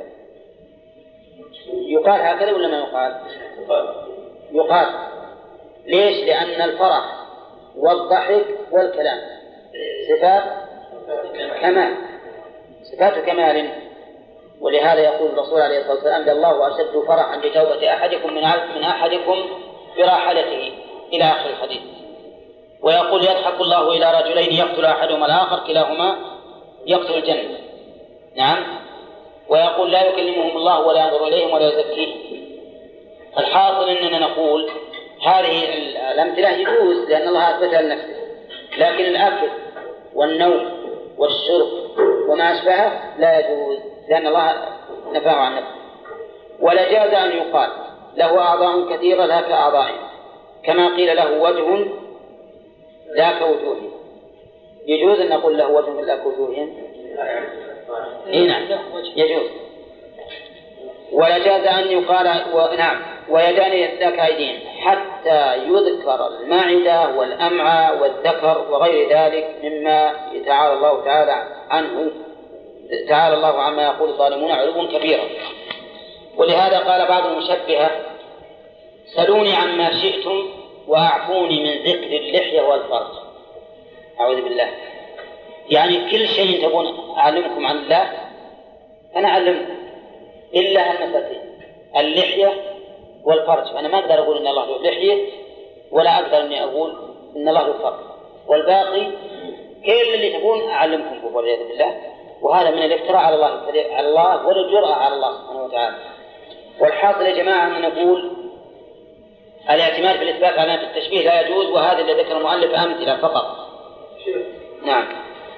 يقال هكذا ولا ما يقال؟ يقال. ليش؟ لأن الفرح والضحك والكلام صفات كمال، صفات كمال. ولهذا يقول الرسول عليه الصلاة والسلام الله أشد فرحا بتوبة أحدكم من أحدكم براحلته إلى آخر الحديث. ويقول يضحك الله إلى رجلين يقتل أحدهما الآخر كلاهما يقتل الجنة، نعم. ويقول لا يكلمهم الله ولا ينظر إليهم ولا يزكيهم. الحاصل أننا نقول هذه الأمثلة يجوز لأن الله أثبتها لنفسه، لكن الأكل والنوم والشرب وما أشبهه لا يجوز لأن الله نفاه عن نفسه. ولا جاز أن يقال له أعضاء كثيرة لا كأعضائهم، كما قيل له وجه لا كوجوههم. يجوز أن نقول له وجه لا كوجوههم؟ نعم يجوز. ولا جاز أن يقال نعم ويدان ذاك أيدين حتى يذكر المعدة والأمعاء والذكر وغير ذلك مما يتعالى الله تعالى عنه، تعالى الله عما يقول الظالمون علوا كبيرا. ولهذا قال بعض المشبهة سلوني عما شئتم وأعفوني من ذكر اللحية والفرج. أعوذ بالله، يعني كل شيء تبون أعلمكم عن الله أنا أعلمكم إلا هالمسألتين اللحية والفرج. فأنا ما أقدر أقول إن الله له لحية ولا أقدر أني أقول إن الله له فرج، والباقي كل اللي تبون أعلمكم به والعياذ بالله. وهذا من الافتراء على الله والجرأة على الله سبحانه وتعالى. والحاصل يا جماعة أن نقول الاعتماد في الإثبات على نفي التشبيه لا يجوز، وهذا اللي ذكر المؤلف أمثلة فقط. نعم.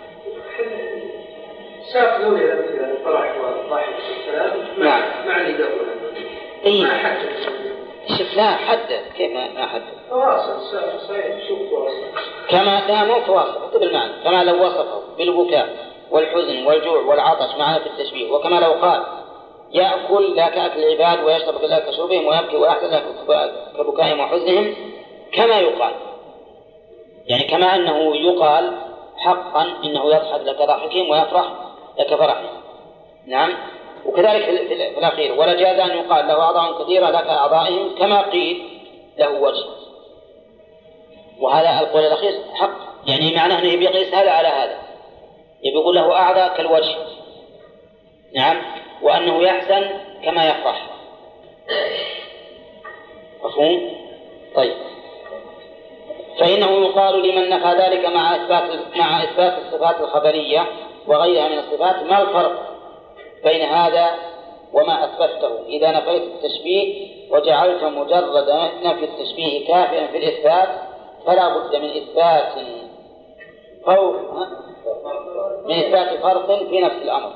ساق ذولي الأمثلة الفرح والضحك والسلام مع اللي قبله ما حدد. شوف لا حدد، كيف ما حدد؟ تواصل صحيح، شوف تواصل كما مو تواصل حتى بالمعنى، كما لو وصفه بالبكاء والحزن والجوع والعطش معنا في التشبيه. وكما لو قال يأكل لا كأكل العباد ويشرب لا كشربهم ويبكي ويحزن لا كبكائهم وحزنهم، كما يقال، يعني كما أنه يقال حقا إنه يضحك لك ضحكهم ويفرح لك فرحهم، نعم. وكذلك في الأخير ولا جاز أن يقال له أعضاء كثيرة لك أعضائهم كما قيل له وجه. وهذا القول الأخير حق، يعني معناه أنه يقيس هذا على هذا، يقول له أعضاء كالوجه، نعم، وأنه يحزن كما يفرح. مفهوم؟ طيب، فإنه يقال لمن نفى ذلك مع إثبات الصفات الخبرية وغيرها من الصفات ما الفرق بين هذا وما أثبته إذا نفيت التشبيه وجعلت مجرد نفي التشبيه كافيا في الإثبات فلا بد من إثبات فرق في نفس الأمر.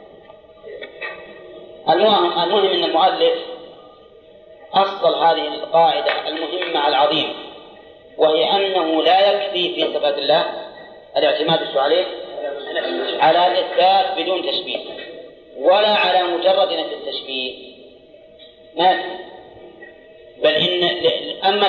المهم أن المؤلف أصل هذه القاعدة المهمة العظيمة، وهي أنه لا يكفي في صفات الله الاعتماد عليه على الإثبات بدون تشبيه، ولا على مجرد نفي التشبيه ما يكفي. بل أما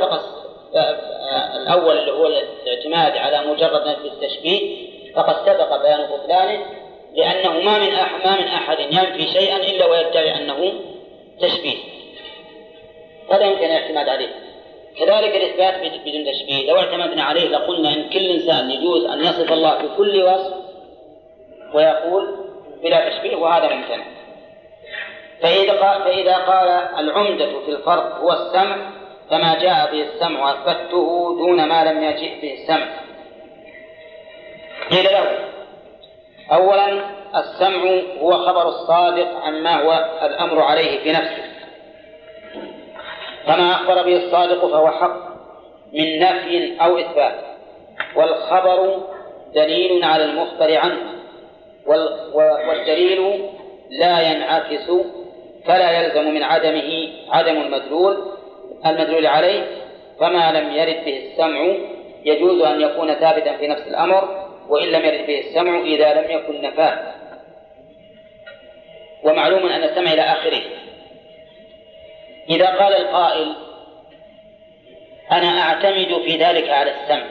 الأول اللي هو الاعتماد على مجرد نفي التشبيه فقد سبق بيان بطلانه، لأنه ما من أحد ينفي شيئا إلا ويدعي أنه تشبيه، فلا يمكن الاعتماد عليه. كذلك الإثبات بدون تشبيه لو اعتمدنا عليه لقلنا إن كل إنسان يجوز أن يصف الله بكل وصف ويقول بلا تشبيه، وهذا ممتنع. فإذا قال العمدة في الفرق هو السمع فما جاء به السمع أثبته دون ما لم يجئ به السمع، قيل له أولا السمع هو خبر الصادق عما هو الأمر عليه في نفسه، فما أخبر به الصادق فهو حق من نفي أو إثبات، والخبر دليل على المخبر عنه، والدليل لا ينعكس فلا يلزم من عدمه عدم المدلول عليه، فما لم يرد به السمع يجوز أن يكون ثابتا في نفس الأمر وإن لم يرد به السمع إذا لم يكن نفاه. ومعلوم أن السمع إلى آخره. إذا قال القائل أنا أعتمد في ذلك على السمع،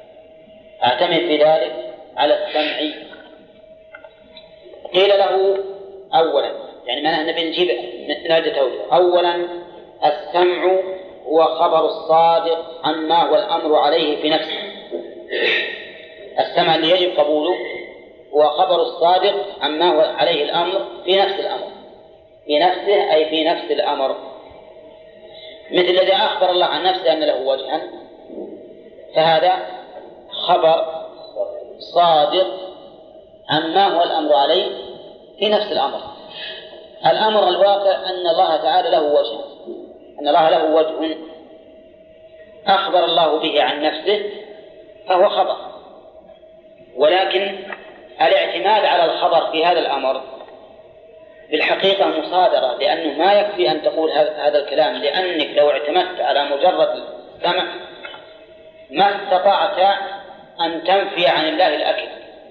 قيل له أولا، يعني ما نحن بنجيب من عدة أوجه. أولا السمع هو خبر الصادق عما هو الأمر عليه في نفسه، السمع اللي يجب قبوله هو خبر الصادق عما هو عليه الأمر في نفس الأمر، في نفسه أي في نفس الأمر، مثل الذي أخبر الله عن نفسه أن له وجها، فهذا خبر صادق عما هو الأمر عليه في نفس الأمر. الأمر الواقع أن الله تعالى له وجه، أن الله له وجه أخبر الله به عن نفسه فهو خبر، ولكن الاعتماد على الخبر في هذا الأمر بالحقيقة مصادرة، لأنه ما يكفي أن تقول هذا الكلام، لأنك لو اعتمدت على مجرد السمع ما استطعت أن تنفي عن الله الأكل،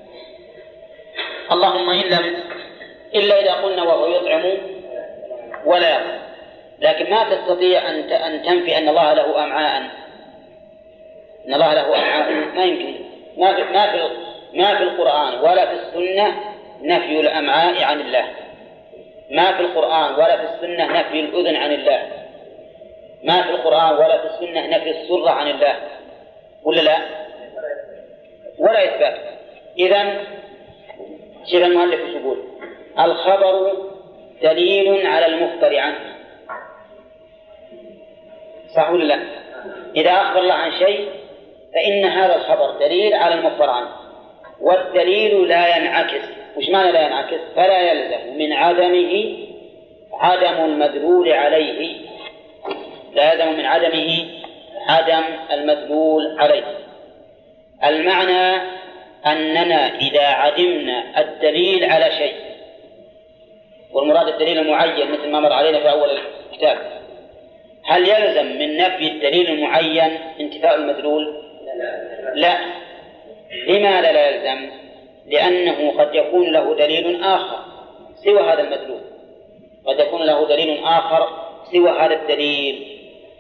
اللهم إلا إذا قلنا وهو يطعم ولا يأكل، لكن ما تستطيع أن تنفي أن الله له أمعاء، أن الله له أمعاء ما يمكن. ما في القرآن ولا في السنة نفي الأمعاء عن الله، ما في القرآن ولا في السنة نفي الأذن عن الله، ما في القرآن ولا في السنة نفي السر عن الله، ولا لا؟ ولا إثبات. إذن شيخ المؤلف يقول الخبر دليل على المخبر عنه، صح ولا لا؟ إذا أخبر الله عن شيء فإن هذا الخبر دليل على المخبر عنه، والدليل لا ينعكس. وش معنى لا ينعكس؟ فلا يلزم من عدمه عدم المدلول عليه، لا يلزم من عدمه عدم المدلول عليه. المعنى أننا إذا عدمنا الدليل على شيء، والمراد الدليل المعين مثل ما مر علينا في أول الكتاب، هل يلزم من نفي الدليل المعين انتفاء المدلول؟ لا. لماذا لا يلزم؟ لأنه قد يكون له دليل آخر سوى هذا المدلول، قد يكون له دليل آخر سوى هذا الدليل،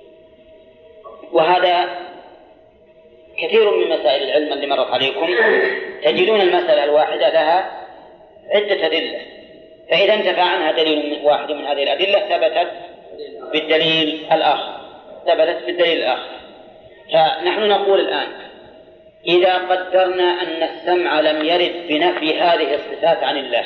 وهذا كثير من مسائل العلم اللي مرت عليكم تجدون المسألة الواحدة لها عدة أدلة، فإذا انتفى عنها دليل واحد من هذه الأدلة ثبتت بالدليل الآخر. فنحن نقول الآن إذا قدرنا أن السمع لم يرد بنفي هذه الصفات عن الله،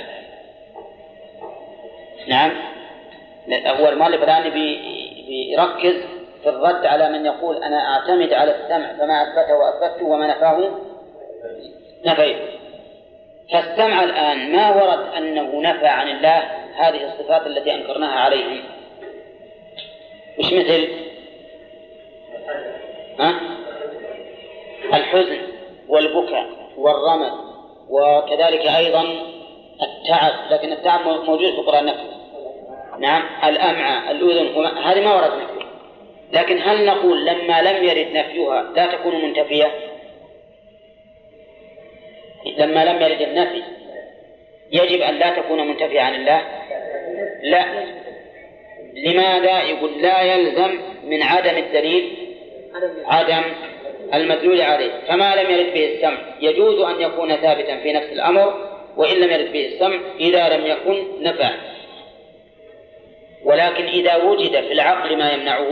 نعم، هو المؤلف الآن بيركز في الرد على من يقول أنا أعتمد على السمع فما أثبته وما نفاه نفيته. فالسمع الآن ما ورد أنه نفى عن الله هذه الصفات التي أنكرناها عليهم. مش مثل الحزن والبكاء والرمد، وكذلك أيضا التعب، لكن التعب موجود في القرآن نفسه. نعم، الأمعاء، الأذن، هذه ما ورد نفيه. لكن هل نقول لما لم يرد نفيها لا تكون منتفية؟ لما لم يرد النفي يجب أن لا تكون منتفية عن الله؟ لا. لماذا؟ يقول لا يلزم من عدم الدليل عدم المدلول عليه. فما لم يرد به السمع يجوز أن يكون ثابتا في نفس الأمر، وإن لم يرد به السمع إذا لم يكن نفع. ولكن إذا وجد في العقل ما يمنعه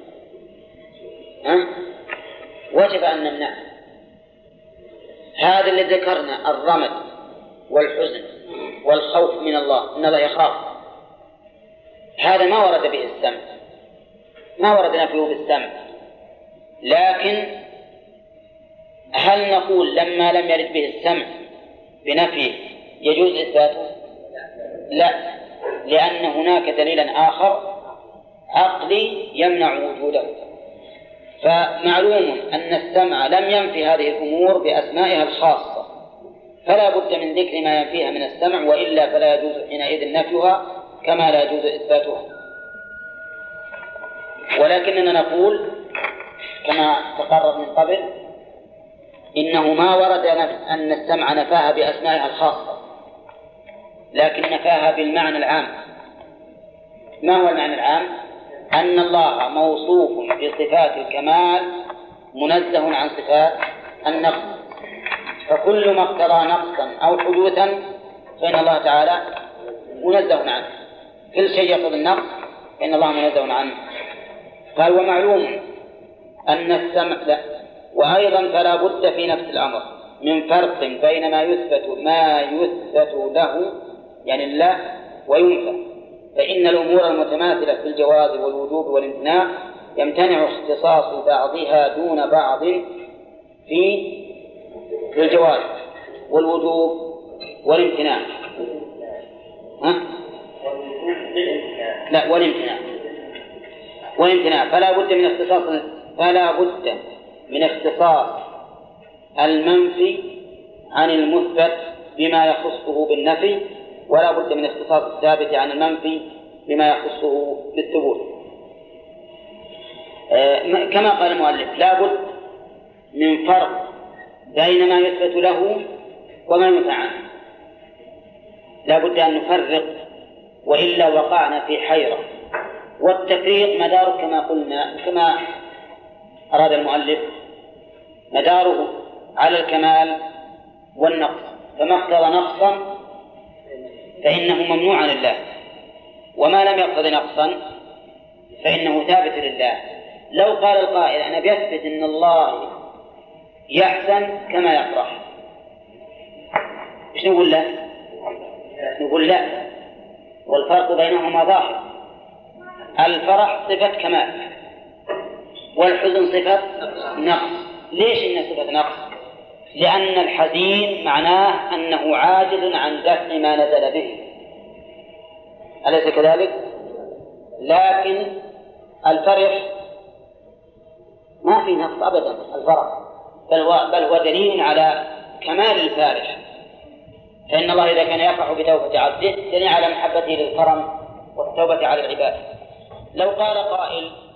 وجب أن نمنعه. هذا الذي ذكرنا، الرمد والحزن والخوف من الله، إن الله يخاف، هذا ما ورد به السمع، ما ورد نفيه بالسمع. لكن هل نقول لما لم يرد به السمع بنفيه يجوز إثباته؟ لا، لأن هناك دليلا آخر عقلي يمنع وجوده. فمعلوم أن السمع لم ينفي هذه الأمور بأسمائها الخاصة، فلا بد من ذكر ما ينفيها من السمع، وإلا فلا يجوز حينئذ نفيها كما لا يجوز إثباتها. ولكننا نقول كما تقرر من قبل إنه ما ورد أن السمع نفاها بأسمائها الخاصة، لكن نفاها بالمعنى العام. ما هو المعنى العام؟ أن الله موصوف بصفات الكمال منزه عن صفات النقص، فكل ما اقتضى نقصا أو حدوثا فإن الله تعالى منزه عنه. كل شيء يقتضي النقص فإن الله منزه عنه. قال ومعلوم أن السمع لا. وأيضا فلا بد في نفس الأمر من فرق بين ما يثبت له يعني الله وينفى. فإن الأمور المتماثلة في الجواز والوجوب والامتناع يمتنع اختصاص بعضها دون بعض في الجواز والوجوب والامتناع. لا، والامتناع فلا بد من اختصاص المنفي عن المثبت بما يخصه بالنفي، ولا بد من اختصاص الثابت عن المنفي بما يخصه بالثبوت. كما قال المؤلف لا بد من فرق بين ما يثبت له وما ينفى عنه. لا بد أن نفرق، وإلا وقعنا في حيرة. والتفريق مداره كما قلنا، كما أراد المؤلف، مداره على الكمال والنقص، فما اقتضى نقصا فإنه ممنوع لله، وما لم يقتضي نقصا فإنه ثابت لله. لو قال القائل أنا بيثبت أن الله يحزن كما يفرح، إيش نقول له؟ نقول لا، والفرق بينهما ظاهر. الفرح صفة كمال والحزن صفة نقص. ليش إنه صفة نقص؟ لأن الحزين معناه أنه عاجز عن دفع ما نزل به، أليس كذلك؟ لكن الفرح ما في نقص أبدا، الفرح بل هو دليل على كمال الفارح. فإن الله إذا كان يفرح بتوبة عبده دليل على محبته للكرم والتوبة على العباد. لو قال قائل